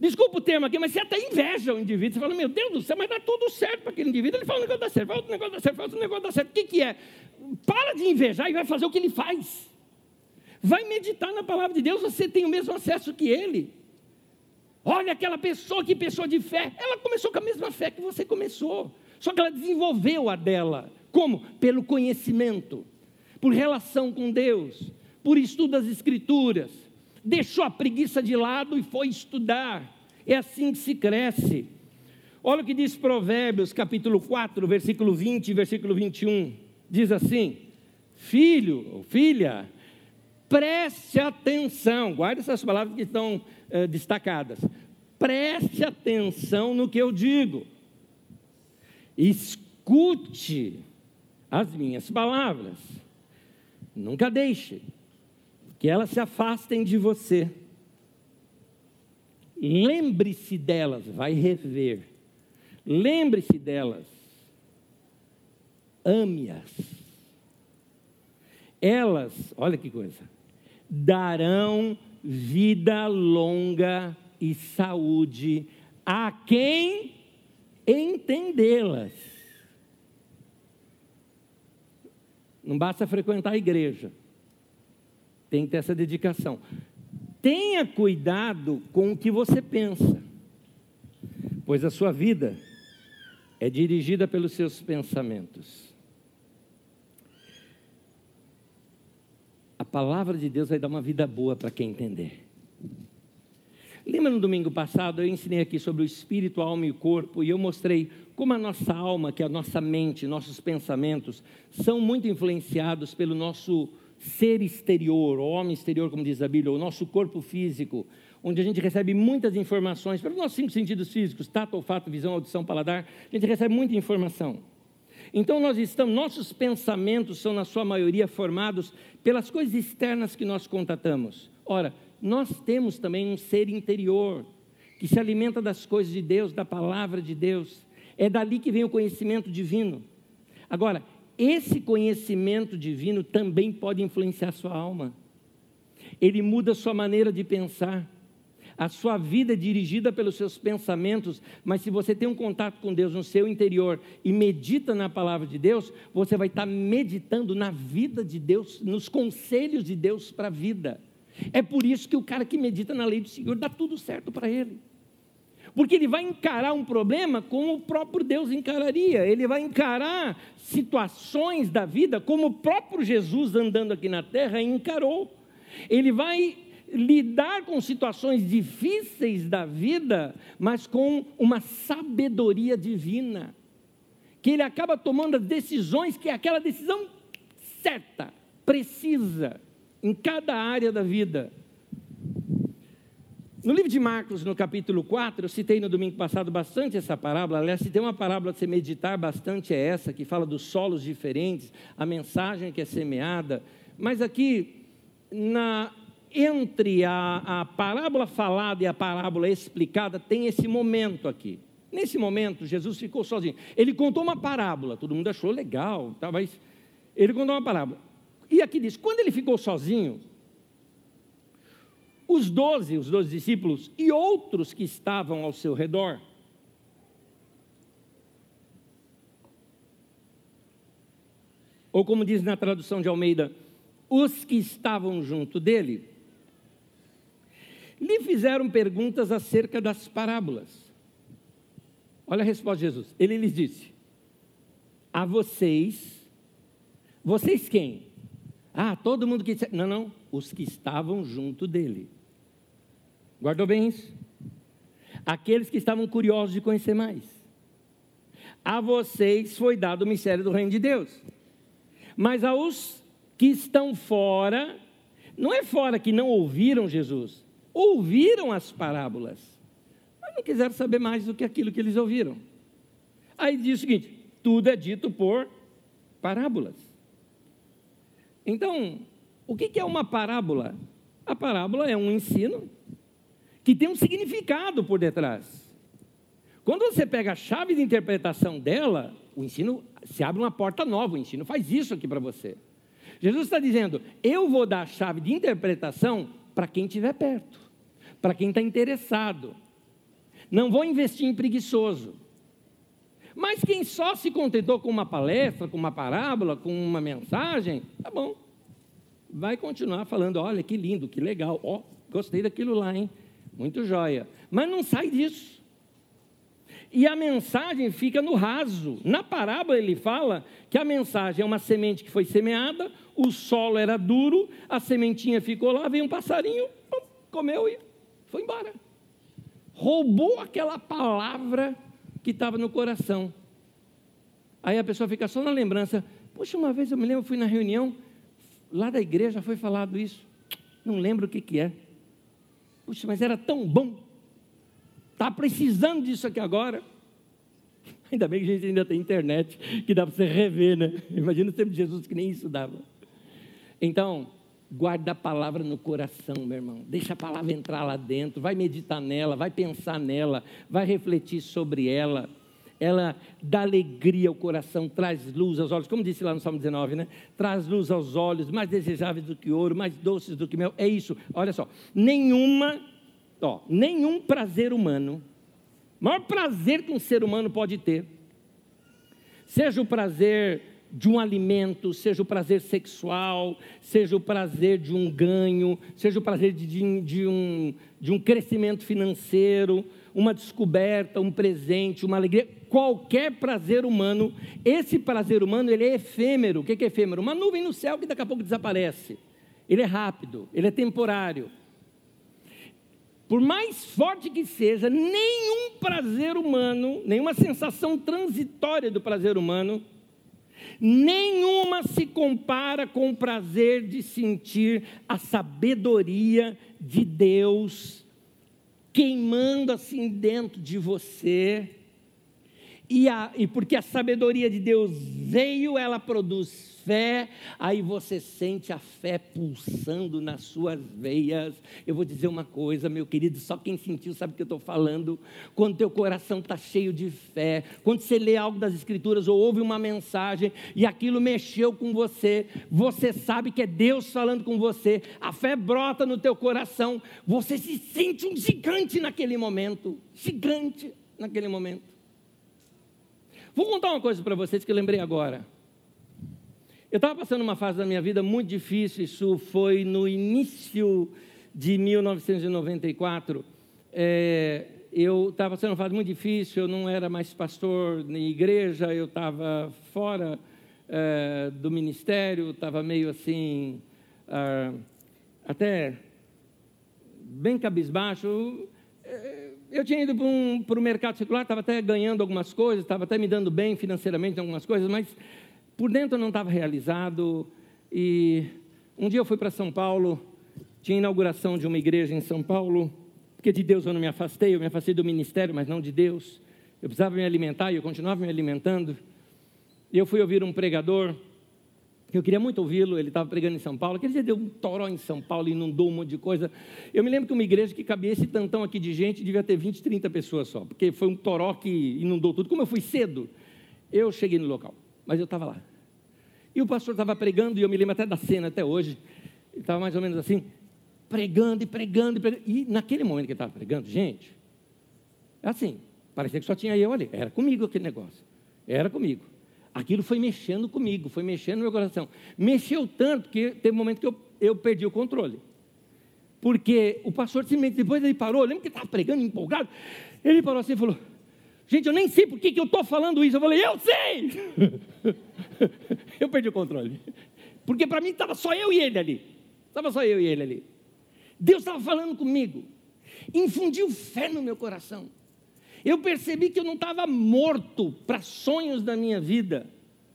Desculpa o termo aqui, mas você até inveja o indivíduo. Você fala, meu Deus do céu, mas dá tudo certo para aquele indivíduo. Ele fala um negócio dá certo, fala outro negócio dá certo, fala outro negócio dá certo. O que, que é? Para de invejar e vai fazer o que ele faz. Vai meditar na palavra de Deus, você tem o mesmo acesso que ele. Olha aquela pessoa, que pessoa de fé. Ela começou com a mesma fé que você começou. Só que ela desenvolveu a dela. Como? Pelo conhecimento, por relação com Deus, por estudo das Escrituras. Deixou a preguiça de lado e foi estudar. É assim que se cresce. Olha o que diz Provérbios, capítulo quatro, versículo vinte e versículo vinte e um. Diz assim: filho ou filha, preste atenção. Guarde essas palavras que estão eh, destacadas. Preste atenção no que eu digo. Escute as minhas palavras. Nunca deixe que elas se afastem de você. Lembre-se delas, vai rever. Lembre-se delas. Ame-as. Elas, olha que coisa, darão vida longa e saúde a quem entendê-las. Não basta frequentar a igreja, tem que ter essa dedicação. Tenha cuidado com o que você pensa, pois a sua vida é dirigida pelos seus pensamentos. A palavra de Deus vai dar uma vida boa para quem entender. Lembra no domingo passado, eu ensinei aqui sobre o espírito, a alma e o corpo, e eu mostrei como a nossa alma, que é a nossa mente, nossos pensamentos, são muito influenciados pelo nosso ser exterior, o homem exterior, como diz a Bíblia, o nosso corpo físico, onde a gente recebe muitas informações, pelos nossos cinco sentidos físicos, tato, olfato, visão, audição, paladar, a gente recebe muita informação. Então nós estamos, nossos pensamentos são na sua maioria formados pelas coisas externas que nós contatamos. Ora, nós temos também um ser interior, que se alimenta das coisas de Deus, da palavra de Deus. É dali que vem o conhecimento divino. Agora, esse conhecimento divino também pode influenciar a sua alma. Ele muda a sua maneira de pensar. A sua vida é dirigida pelos seus pensamentos, mas se você tem um contato com Deus no seu interior e medita na palavra de Deus, você vai estar meditando na vida de Deus, nos conselhos de Deus para a vida. É por isso que o cara que medita na lei do Senhor dá tudo certo para ele. Porque ele vai encarar um problema como o próprio Deus encararia. Ele vai encarar situações da vida como o próprio Jesus andando aqui na terra encarou. Ele vai lidar com situações difíceis da vida, mas com uma sabedoria divina. Que ele acaba tomando as decisões, que é aquela decisão certa, precisa, em cada área da vida. No livro de Marcos, no capítulo quatro, eu citei no domingo passado bastante essa parábola. Aliás, se tem uma parábola de você meditar bastante, é essa, que fala dos solos diferentes, a mensagem que é semeada. Mas aqui, na, entre a, a parábola falada e a parábola explicada, tem esse momento aqui. Nesse momento, Jesus ficou sozinho. Ele contou uma parábola, todo mundo achou legal, tá, mas ele contou uma parábola. E aqui diz, quando ele ficou sozinho, os doze, os doze discípulos e outros que estavam ao seu redor, ou como diz na tradução de Almeida, os que estavam junto dele, lhe fizeram perguntas acerca das parábolas. Olha a resposta de Jesus. Ele lhes disse, a vocês, vocês quem? Ah, todo mundo que... Não, não, os que estavam junto dele. Guardou bem isso? Aqueles que estavam curiosos de conhecer mais. A vocês foi dado o mistério do reino de Deus. Mas aos que estão fora, não é fora que não ouviram Jesus, ouviram as parábolas, mas não quiseram saber mais do que aquilo que eles ouviram. Aí diz o seguinte, tudo é dito por parábolas. Então, o que é uma parábola? A parábola é um ensino que tem um significado por detrás. Quando você pega a chave de interpretação dela, o ensino, se abre uma porta nova, o ensino faz isso aqui para você. Jesus está dizendo, eu vou dar a chave de interpretação para quem estiver perto, para quem está interessado. Não vou investir em preguiçoso. Mas quem só se contentou com uma palestra, com uma parábola, com uma mensagem, tá bom. Vai continuar falando, olha que lindo, que legal, ó, gostei daquilo lá, hein? Muito joia. Mas não sai disso. E a mensagem fica no raso. Na parábola ele fala que a mensagem é uma semente que foi semeada, o solo era duro, a sementinha ficou lá, veio um passarinho, comeu e foi embora. Roubou aquela palavra que estava no coração. Aí a pessoa fica só na lembrança. Puxa, uma vez eu me lembro, eu fui na reunião, lá da igreja foi falado isso. Não lembro o que que é. Puxa, mas era tão bom. Está precisando disso aqui agora. Ainda bem que a gente ainda tem internet, que dá para você rever, né? Imagina o tempo de Jesus que nem isso dava. Então, guarda a palavra no coração, meu irmão. Deixa a palavra entrar lá dentro, vai meditar nela, vai pensar nela, vai refletir sobre ela. Ela dá alegria ao coração, traz luz aos olhos, como disse lá no Salmo dezenove, né? Traz luz aos olhos, mais desejáveis do que ouro, mais doces do que mel. É isso, olha só. Nenhuma, ó, nenhum prazer humano, o maior prazer que um ser humano pode ter, seja o prazer de um alimento, seja o prazer sexual, seja o prazer de um ganho, seja o prazer de, de, de, um, de um crescimento financeiro, uma descoberta, um presente, uma alegria, qualquer prazer humano, esse prazer humano ele é efêmero. O que é efêmero? Uma nuvem no céu que daqui a pouco desaparece. Ele é rápido, ele é temporário. Por mais forte que seja, nenhum prazer humano, nenhuma sensação transitória do prazer humano, nenhuma se compara com o prazer de sentir a sabedoria de Deus queimando assim dentro de você, e, a, e porque a sabedoria de Deus veio, ela produz fé, aí você sente a fé pulsando nas suas veias. Eu vou dizer uma coisa, meu querido, só quem sentiu sabe o que eu estou falando. Quando teu coração está cheio de fé, quando você lê algo das Escrituras ou ouve uma mensagem e aquilo mexeu com você, você sabe que é Deus falando com você, a fé brota no teu coração, você se sente um gigante naquele momento, gigante naquele momento. Vou contar uma coisa para vocês que eu lembrei agora. Eu estava passando uma fase da minha vida muito difícil, isso foi no início de mil novecentos e noventa e quatro. É, eu estava passando uma fase muito difícil, eu não era mais pastor na igreja, eu estava fora é, do ministério, estava meio assim, ah, até bem cabisbaixo. Eu tinha ido para, um, para o mercado secular, estava até ganhando algumas coisas, estava até me dando bem financeiramente em algumas coisas, mas por dentro eu não estava realizado. E um dia eu fui para São Paulo, tinha inauguração de uma igreja em São Paulo, porque de Deus eu não me afastei, eu me afastei do ministério, mas não de Deus. Eu precisava me alimentar e eu continuava me alimentando. E eu fui ouvir um pregador, eu queria muito ouvi-lo, ele estava pregando em São Paulo, aquele dia deu um toró em São Paulo, inundou um monte de coisa. Eu me lembro que uma igreja que cabia esse tantão aqui de gente, devia ter vinte, trinta pessoas só, porque foi um toró que inundou tudo. Como eu fui cedo, eu cheguei no local, mas eu estava lá. E o pastor estava pregando, e eu me lembro até da cena, até hoje, ele estava mais ou menos assim, pregando e pregando, e pregando, e naquele momento que ele estava pregando, gente, assim, parecia que só tinha eu ali, era comigo aquele negócio, era comigo. Aquilo foi mexendo comigo, foi mexendo no meu coração. Mexeu tanto que teve um momento que eu, eu perdi o controle. Porque o pastor simplesmente, depois ele parou, lembra que ele estava pregando empolgado? Ele parou assim e falou, gente, eu nem sei por que, que eu estou falando isso. Eu falei, eu sei! Eu perdi o controle. Porque para mim estava só eu e ele ali. Estava só eu e ele ali. Deus estava falando comigo. Infundiu fé no meu coração. Eu percebi que eu não estava morto para sonhos da minha vida.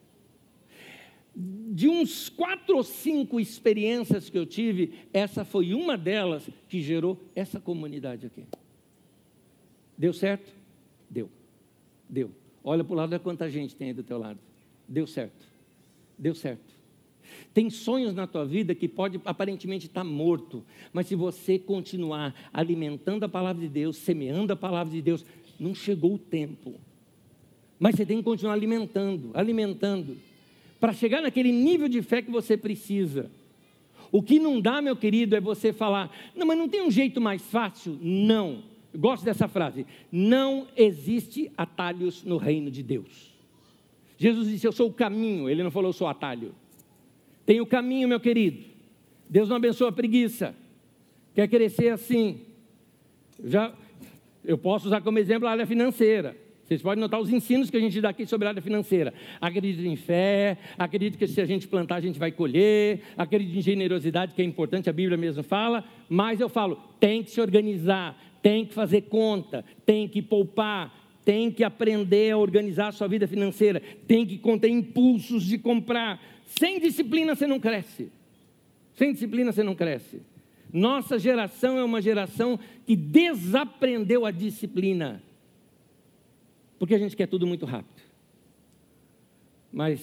De uns quatro ou cinco experiências que eu tive, essa foi uma delas que gerou essa comunidade aqui. Deu certo? Deu. Deu. Olha para o lado, olha quanta gente tem aí do teu lado. Deu certo. Deu certo. Tem sonhos na tua vida que pode aparentemente estar morto, mas se você continuar alimentando a palavra de Deus, semeando a palavra de Deus, não chegou o tempo, mas você tem que continuar alimentando, alimentando, para chegar naquele nível de fé que você precisa. O que não dá, meu querido, é você falar, não, mas não tem um jeito mais fácil? Não, Eu gosto dessa frase. Não existe atalhos no reino de Deus. Jesus disse, eu sou o caminho. Ele não falou, eu sou o atalho. Tem o caminho, meu querido. Deus não abençoa a preguiça. Quer crescer assim. Já, eu posso usar como exemplo a área financeira. Vocês podem notar os ensinos que a gente dá aqui sobre a área financeira. Acredito em fé, acredito que se a gente plantar, a gente vai colher, acredito em generosidade, que é importante, a Bíblia mesmo fala, mas eu falo, tem que se organizar, tem que fazer conta, tem que poupar, tem que aprender a organizar a sua vida financeira, tem que conter impulsos de comprar. Sem disciplina você não cresce. Sem disciplina você não cresce. Nossa geração é uma geração que desaprendeu a disciplina. Porque a gente quer tudo muito rápido. Mas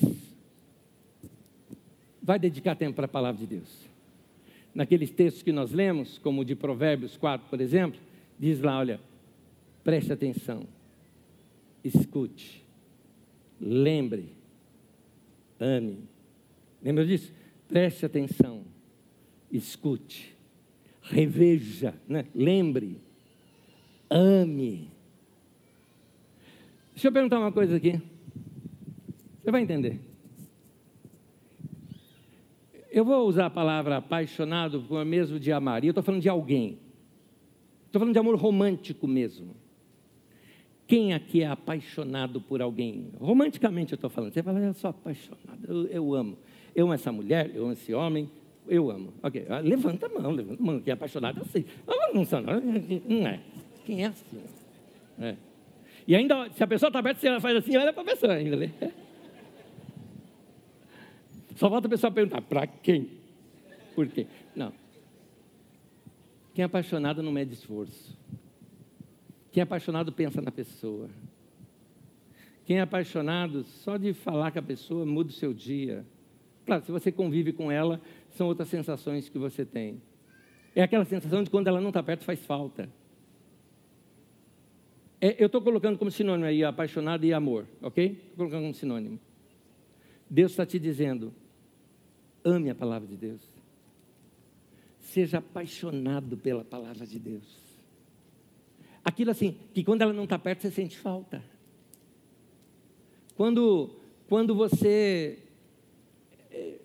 vai dedicar tempo para a palavra de Deus. Naqueles textos que nós lemos, como o de Provérbios quatro, por exemplo, diz lá, olha, preste atenção, escute, lembre, ame. Lembra disso? Preste atenção, escute, reveja, né? Lembre, ame. Deixa eu perguntar uma coisa aqui. Você vai entender. Eu vou usar a palavra apaixonado como mesmo de amar. E eu estou falando de alguém. Estou falando de amor romântico mesmo. Quem aqui é apaixonado por alguém? Romanticamente eu estou falando. Você fala, eu sou apaixonado, eu, eu amo. Eu amo essa mulher, eu amo esse homem, eu amo. Ok, levanta a mão, levanta a mão. Quem é apaixonado é assim. Não, não, não é. Quem é assim? É. E ainda, se a pessoa está perto, você faz assim, olha para a pessoa ainda. Né? Só falta a pessoa perguntar, para quem? Por quê? Não. Quem é apaixonado não mede esforço. Quem é apaixonado pensa na pessoa. Quem é apaixonado, só de falar com a pessoa, muda o seu dia. Claro, se você convive com ela, são outras sensações que você tem. É aquela sensação de quando ela não está perto, faz falta. É, eu estou colocando como sinônimo aí, apaixonado e amor, ok? Estou colocando como sinônimo. Deus está te dizendo, ame a palavra de Deus. Seja apaixonado pela palavra de Deus. Aquilo assim, que quando ela não está perto, você sente falta. Quando, quando você... É,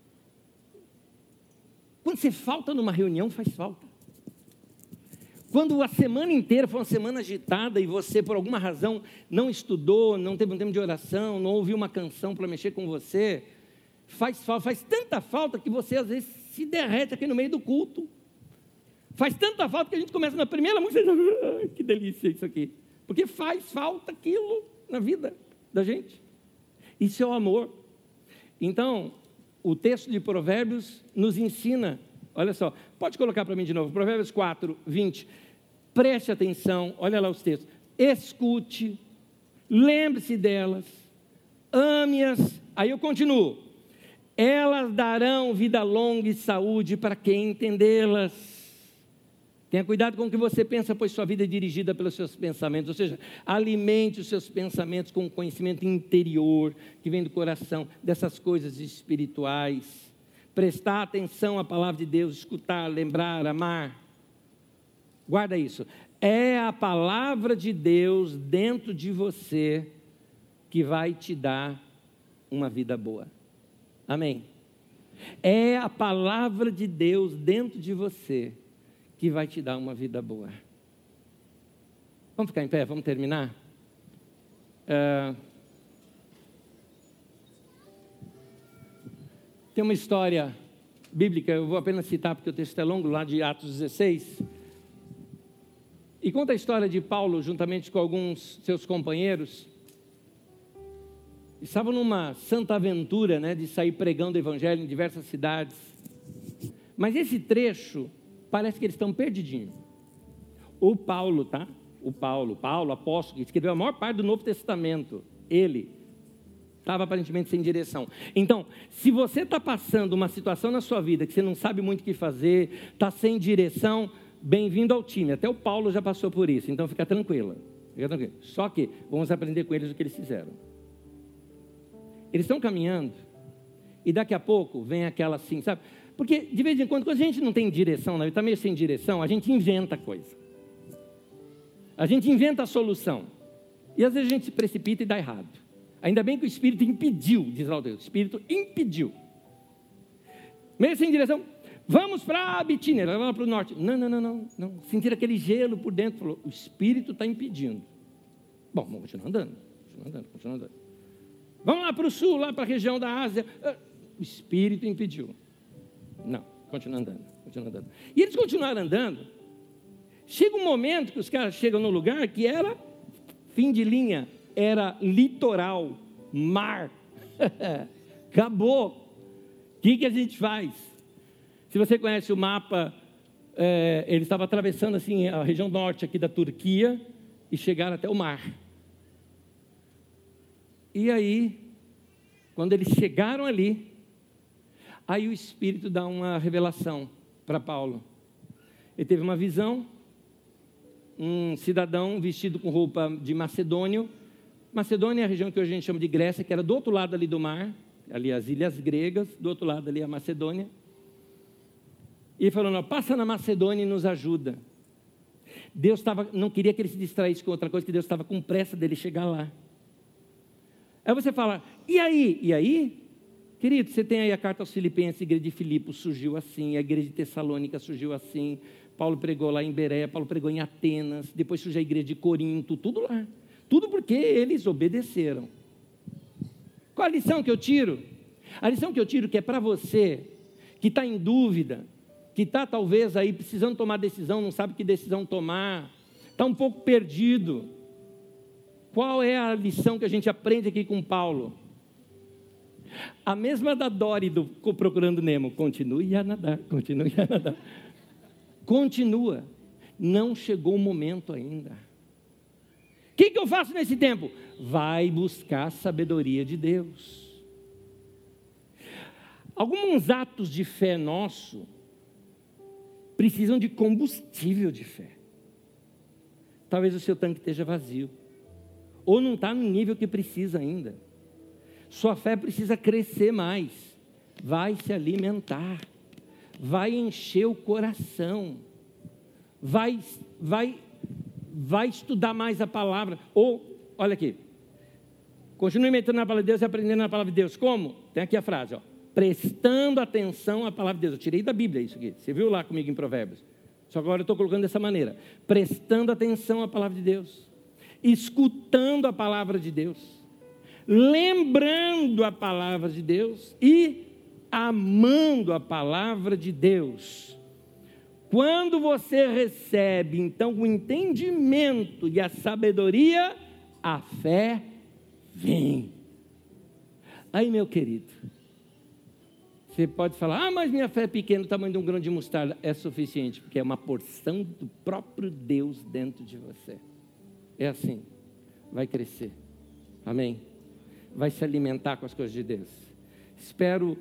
quando você falta numa reunião, faz falta. Quando a semana inteira foi uma semana agitada e você, por alguma razão, não estudou, não teve um tempo de oração, não ouviu uma canção para mexer com você, faz falta, faz tanta falta que você às vezes se derrete aqui no meio do culto. Faz tanta falta que a gente começa na primeira música e diz, ah, que delícia isso aqui. Porque faz falta aquilo na vida da gente. Isso é o amor. Então, o texto de Provérbios nos ensina, olha só, pode colocar para mim de novo, Provérbios quatro, vinte. Preste atenção, olha lá os textos. Escute, lembre-se delas, ame-as. Aí eu continuo. Elas darão vida longa e saúde para quem entendê-las. Tenha cuidado com o que você pensa, pois sua vida é dirigida pelos seus pensamentos. Ou seja, alimente os seus pensamentos com o conhecimento interior, que vem do coração, dessas coisas espirituais. Prestar atenção à palavra de Deus, escutar, lembrar, amar. Guarda isso. É a palavra de Deus dentro de você que vai te dar uma vida boa. Amém? É a palavra de Deus dentro de você que vai te dar uma vida boa. Vamos ficar em pé, vamos terminar? É... Tem uma história bíblica, eu vou apenas citar porque o texto é longo, lá de Atos dezesseis. E conta a história de Paulo, juntamente com alguns seus companheiros. Estavam numa santa aventura, né, de sair pregando o evangelho em diversas cidades. Mas esse trecho, parece que eles estão perdidinhos. O Paulo, tá? O Paulo, Paulo, apóstolo, que escreveu a maior parte do Novo Testamento, ele estava aparentemente sem direção. Então, se você está passando uma situação na sua vida que você não sabe muito o que fazer, está sem direção, bem-vindo ao time. Até o Paulo já passou por isso, então fica tranquila. Fica tranquila. Só que vamos aprender com eles o que eles fizeram. Eles estão caminhando e daqui a pouco vem aquela assim, sabe? Porque de vez em quando, quando a gente não tem direção, está meio sem direção, a gente inventa coisa. A gente inventa a solução. E às vezes a gente se precipita e dá errado. Ainda bem que o Espírito impediu, diz lá o Deus. O Espírito impediu. Meio sem direção, vamos para a Bitínia, lá para o norte. Não, não, não, não, não. Sentir aquele gelo por dentro, falou, o Espírito está impedindo. Bom, vamos continuar andando, continuar andando, continuar andando. Vamos lá para o sul, lá para a região da Ásia. O Espírito impediu. Não, continua andando, continua andando. E eles continuaram andando. Chega um momento que os caras chegam no lugar que era fim de linha, era litoral, mar. Acabou. O que, que a gente faz? Se você conhece o mapa, é, ele estava atravessando assim, a região norte aqui da Turquia e chegaram até o mar. E aí, quando eles chegaram ali, aí o Espírito dá uma revelação para Paulo. Ele teve uma visão, um cidadão vestido com roupa de macedônio. Macedônia é a região que hoje a gente chama de Grécia, que era do outro lado ali do mar, ali as ilhas gregas, do outro lado ali a Macedônia. E ele falou, não, passa na Macedônia e nos ajuda. Deus tava, não queria que ele se distraísse com outra coisa, que Deus estava com pressa dele chegar lá. Aí você fala, e aí? E aí? Querido, você tem aí a carta aos Filipenses, a igreja de Filipos surgiu assim, a igreja de Tessalônica surgiu assim, Paulo pregou lá em Bereia, Paulo pregou em Atenas, depois surgiu a igreja de Corinto, tudo lá. Tudo porque eles obedeceram. Qual a lição que eu tiro? A lição que eu tiro que é para você, que está em dúvida, que está talvez aí precisando tomar decisão, não sabe que decisão tomar, está um pouco perdido. Qual é a lição que a gente aprende aqui com Paulo? A mesma da Dory do Procurando Nemo, continue a nadar, continue a nadar. Continua, não chegou o momento ainda. O que, que eu faço nesse tempo? Vai buscar a sabedoria de Deus. Alguns atos de fé nosso precisam de combustível de fé. Talvez o seu tanque esteja vazio, ou não está no nível que precisa ainda. Sua fé precisa crescer mais. Vai se alimentar, vai encher o coração, vai, vai, vai estudar mais a palavra. Ou, olha aqui, continue meditando na palavra de Deus e aprendendo na palavra de Deus. Como? Tem aqui a frase, ó, prestando atenção à palavra de Deus. Eu tirei da Bíblia isso aqui, você viu lá comigo em Provérbios. Só que agora eu estou colocando dessa maneira, prestando atenção à palavra de Deus, escutando a palavra de Deus, lembrando a palavra de Deus e amando a palavra de Deus. Quando você recebe, então, o entendimento e a sabedoria, a fé vem. Aí, meu querido, você pode falar, ah, mas minha fé é pequena, o tamanho de um grão de mostarda. É suficiente, porque é uma porção do próprio Deus dentro de você. É assim, vai crescer, amém? Vai se alimentar com as coisas de Deus. Espero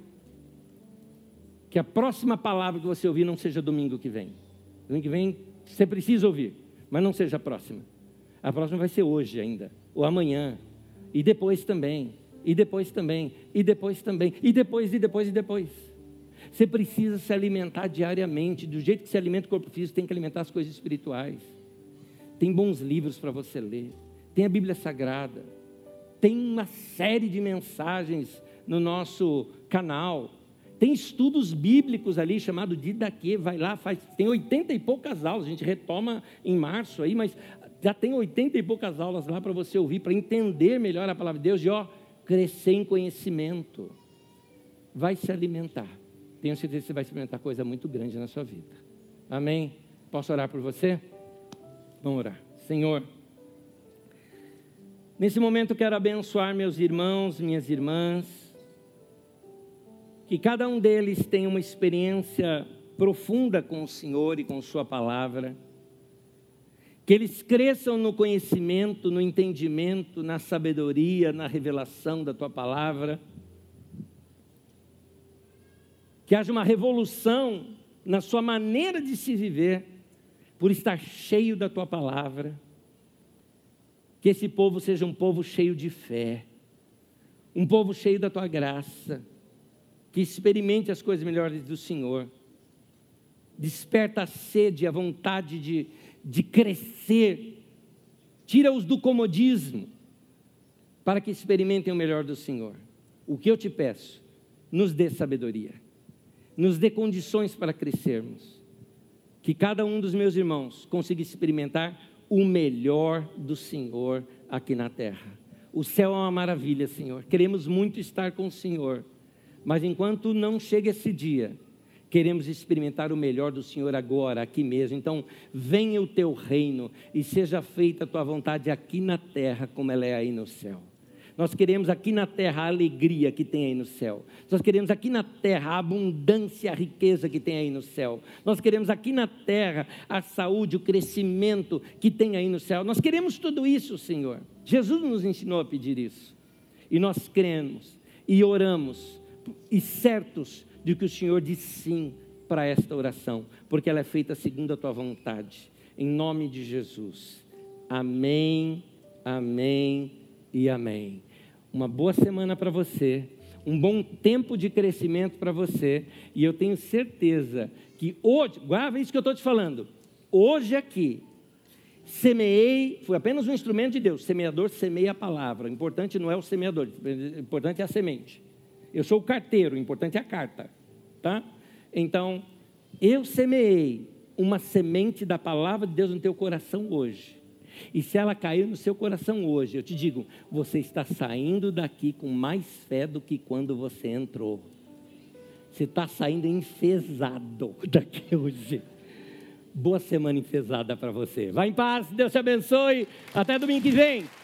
que a próxima palavra que você ouvir não seja domingo que vem. Domingo que vem você precisa ouvir, mas não seja a próxima. A próxima vai ser hoje ainda, ou amanhã, e depois também, e depois também, e depois também, e depois, e depois, e depois. Você precisa se alimentar diariamente, do jeito que se alimenta o corpo físico, tem que alimentar as coisas espirituais. Tem bons livros para você ler, tem a Bíblia Sagrada, tem uma série de mensagens no nosso canal, tem estudos bíblicos ali, chamado Didaquê, vai lá, faz, tem oitenta e poucas aulas, a gente retoma em março aí, mas já tem oitenta e poucas aulas lá para você ouvir, para entender melhor a palavra de Deus e ó, crescer em conhecimento, vai se alimentar, tenho certeza que você vai experimentar coisa muito grande na sua vida, amém? Posso orar por você? Vamos orar. Senhor, nesse momento eu quero abençoar meus irmãos, minhas irmãs, que cada um deles tenha uma experiência profunda com o Senhor e com sua palavra, que eles cresçam no conhecimento, no entendimento, na sabedoria, na revelação da tua palavra, que haja uma revolução na sua maneira de se viver, por estar cheio da tua palavra, que esse povo seja um povo cheio de fé, um povo cheio da tua graça, que experimente as coisas melhores do Senhor, desperta a sede, a vontade de, de crescer tira-os do comodismo, para que experimentem o melhor do Senhor. O que eu te peço? Nos dê sabedoria, nos dê condições para crescermos, que cada um dos meus irmãos consiga experimentar o melhor do Senhor aqui na terra. O céu é uma maravilha, Senhor, queremos muito estar com o Senhor, mas enquanto não chega esse dia, queremos experimentar o melhor do Senhor agora, aqui mesmo. Então, venha o teu reino e seja feita a tua vontade aqui na terra, como ela é aí no céu. Nós queremos aqui na terra a alegria que tem aí no céu. Nós queremos aqui na terra a abundância, a riqueza que tem aí no céu. Nós queremos aqui na terra a saúde, o crescimento que tem aí no céu. Nós queremos tudo isso, Senhor. Jesus nos ensinou a pedir isso. E nós cremos e oramos e certos de que o Senhor diz sim para esta oração, porque ela é feita segundo a tua vontade. Em nome de Jesus. Amém, amém e amém. Uma boa semana para você, um bom tempo de crescimento para você, e eu tenho certeza que hoje, grava isso que eu estou te falando, hoje aqui, semeei, foi apenas um instrumento de Deus, semeador semeia a palavra, o importante não é o semeador, o importante é a semente, eu sou o carteiro, o importante é a carta, tá? Então, eu semeei uma semente da palavra de Deus no teu coração hoje, e se ela caiu no seu coração hoje, eu te digo, você está saindo daqui com mais fé do que quando você entrou. Você está saindo enfesado daqui hoje. Boa semana enfesada para você. Vai em paz, Deus te abençoe. Até domingo que vem.